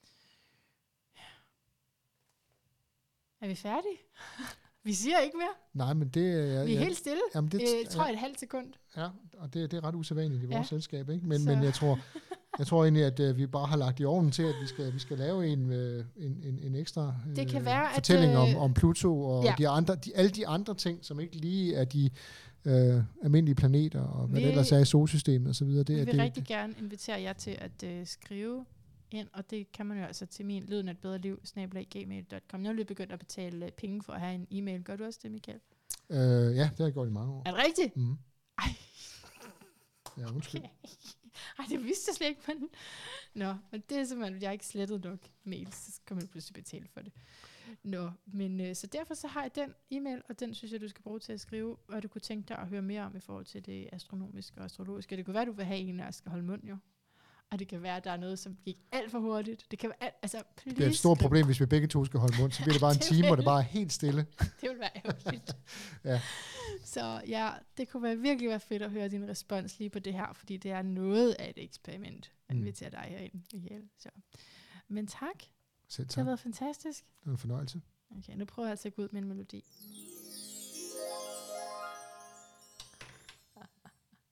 Er vi færdige? Vi siger ikke mere. Nej, men det er... Vi er ja, helt stille. Jamen det, jeg tror, ja, et halvt sekund. Ja, og det, det er ret usædvanligt i vores ja. selskab, ikke? Men, Så. men jeg tror, jeg tror egentlig, at uh, vi bare har lagt i ovnen til, at vi skal, vi skal lave en, uh, en, en, en ekstra uh, det kan være, fortælling at, om, om Pluto og ja. de andre, de, alle de andre ting, som ikke lige er de uh, almindelige planeter, og hvad vi, der ellers er i solsystemet osv. Det, vi vil det, rigtig gerne invitere jer til at uh, skrive ind, og det kan man jo altså til min lyden et bedre liv, snabel-a gmail punktum com. Jeg er lige begyndt at betale penge for at have en e-mail. Gør du også det, Michael? Øh, ja, det har jeg gjort i mange år. Er det rigtigt? Mm. Ej. Ja, undskyld. Okay. Ej, det vidste jeg slet ikke, men... Nå, men det er simpelthen, jeg har ikke slettet nok mails, så kommer jeg pludselig betale for det. Nå, men øh, så derfor så har jeg den e-mail, og den synes jeg, du skal bruge til at skrive, og du kunne tænke dig at høre mere om i forhold til det astronomiske og astrologiske. Det kunne være, du vil have en, der skal holde mund jo. Og det kan være, at der er noget, som gik alt for hurtigt. Det kan være alt, altså, det er et stort problem, hvis vi begge to skal holde mund. Så bliver det bare en time, hvor det bare er helt stille. Det vil være ærgerligt. Ja. Så ja, det kunne være virkelig være fedt at høre din respons lige på det her, fordi det er noget af et eksperiment, at invitere dig herind, Michael. Så. Men tak. Selv tak. Det har været fantastisk. Det var en fornøjelse. Okay, nu prøver jeg altså at gå ud med en melodi.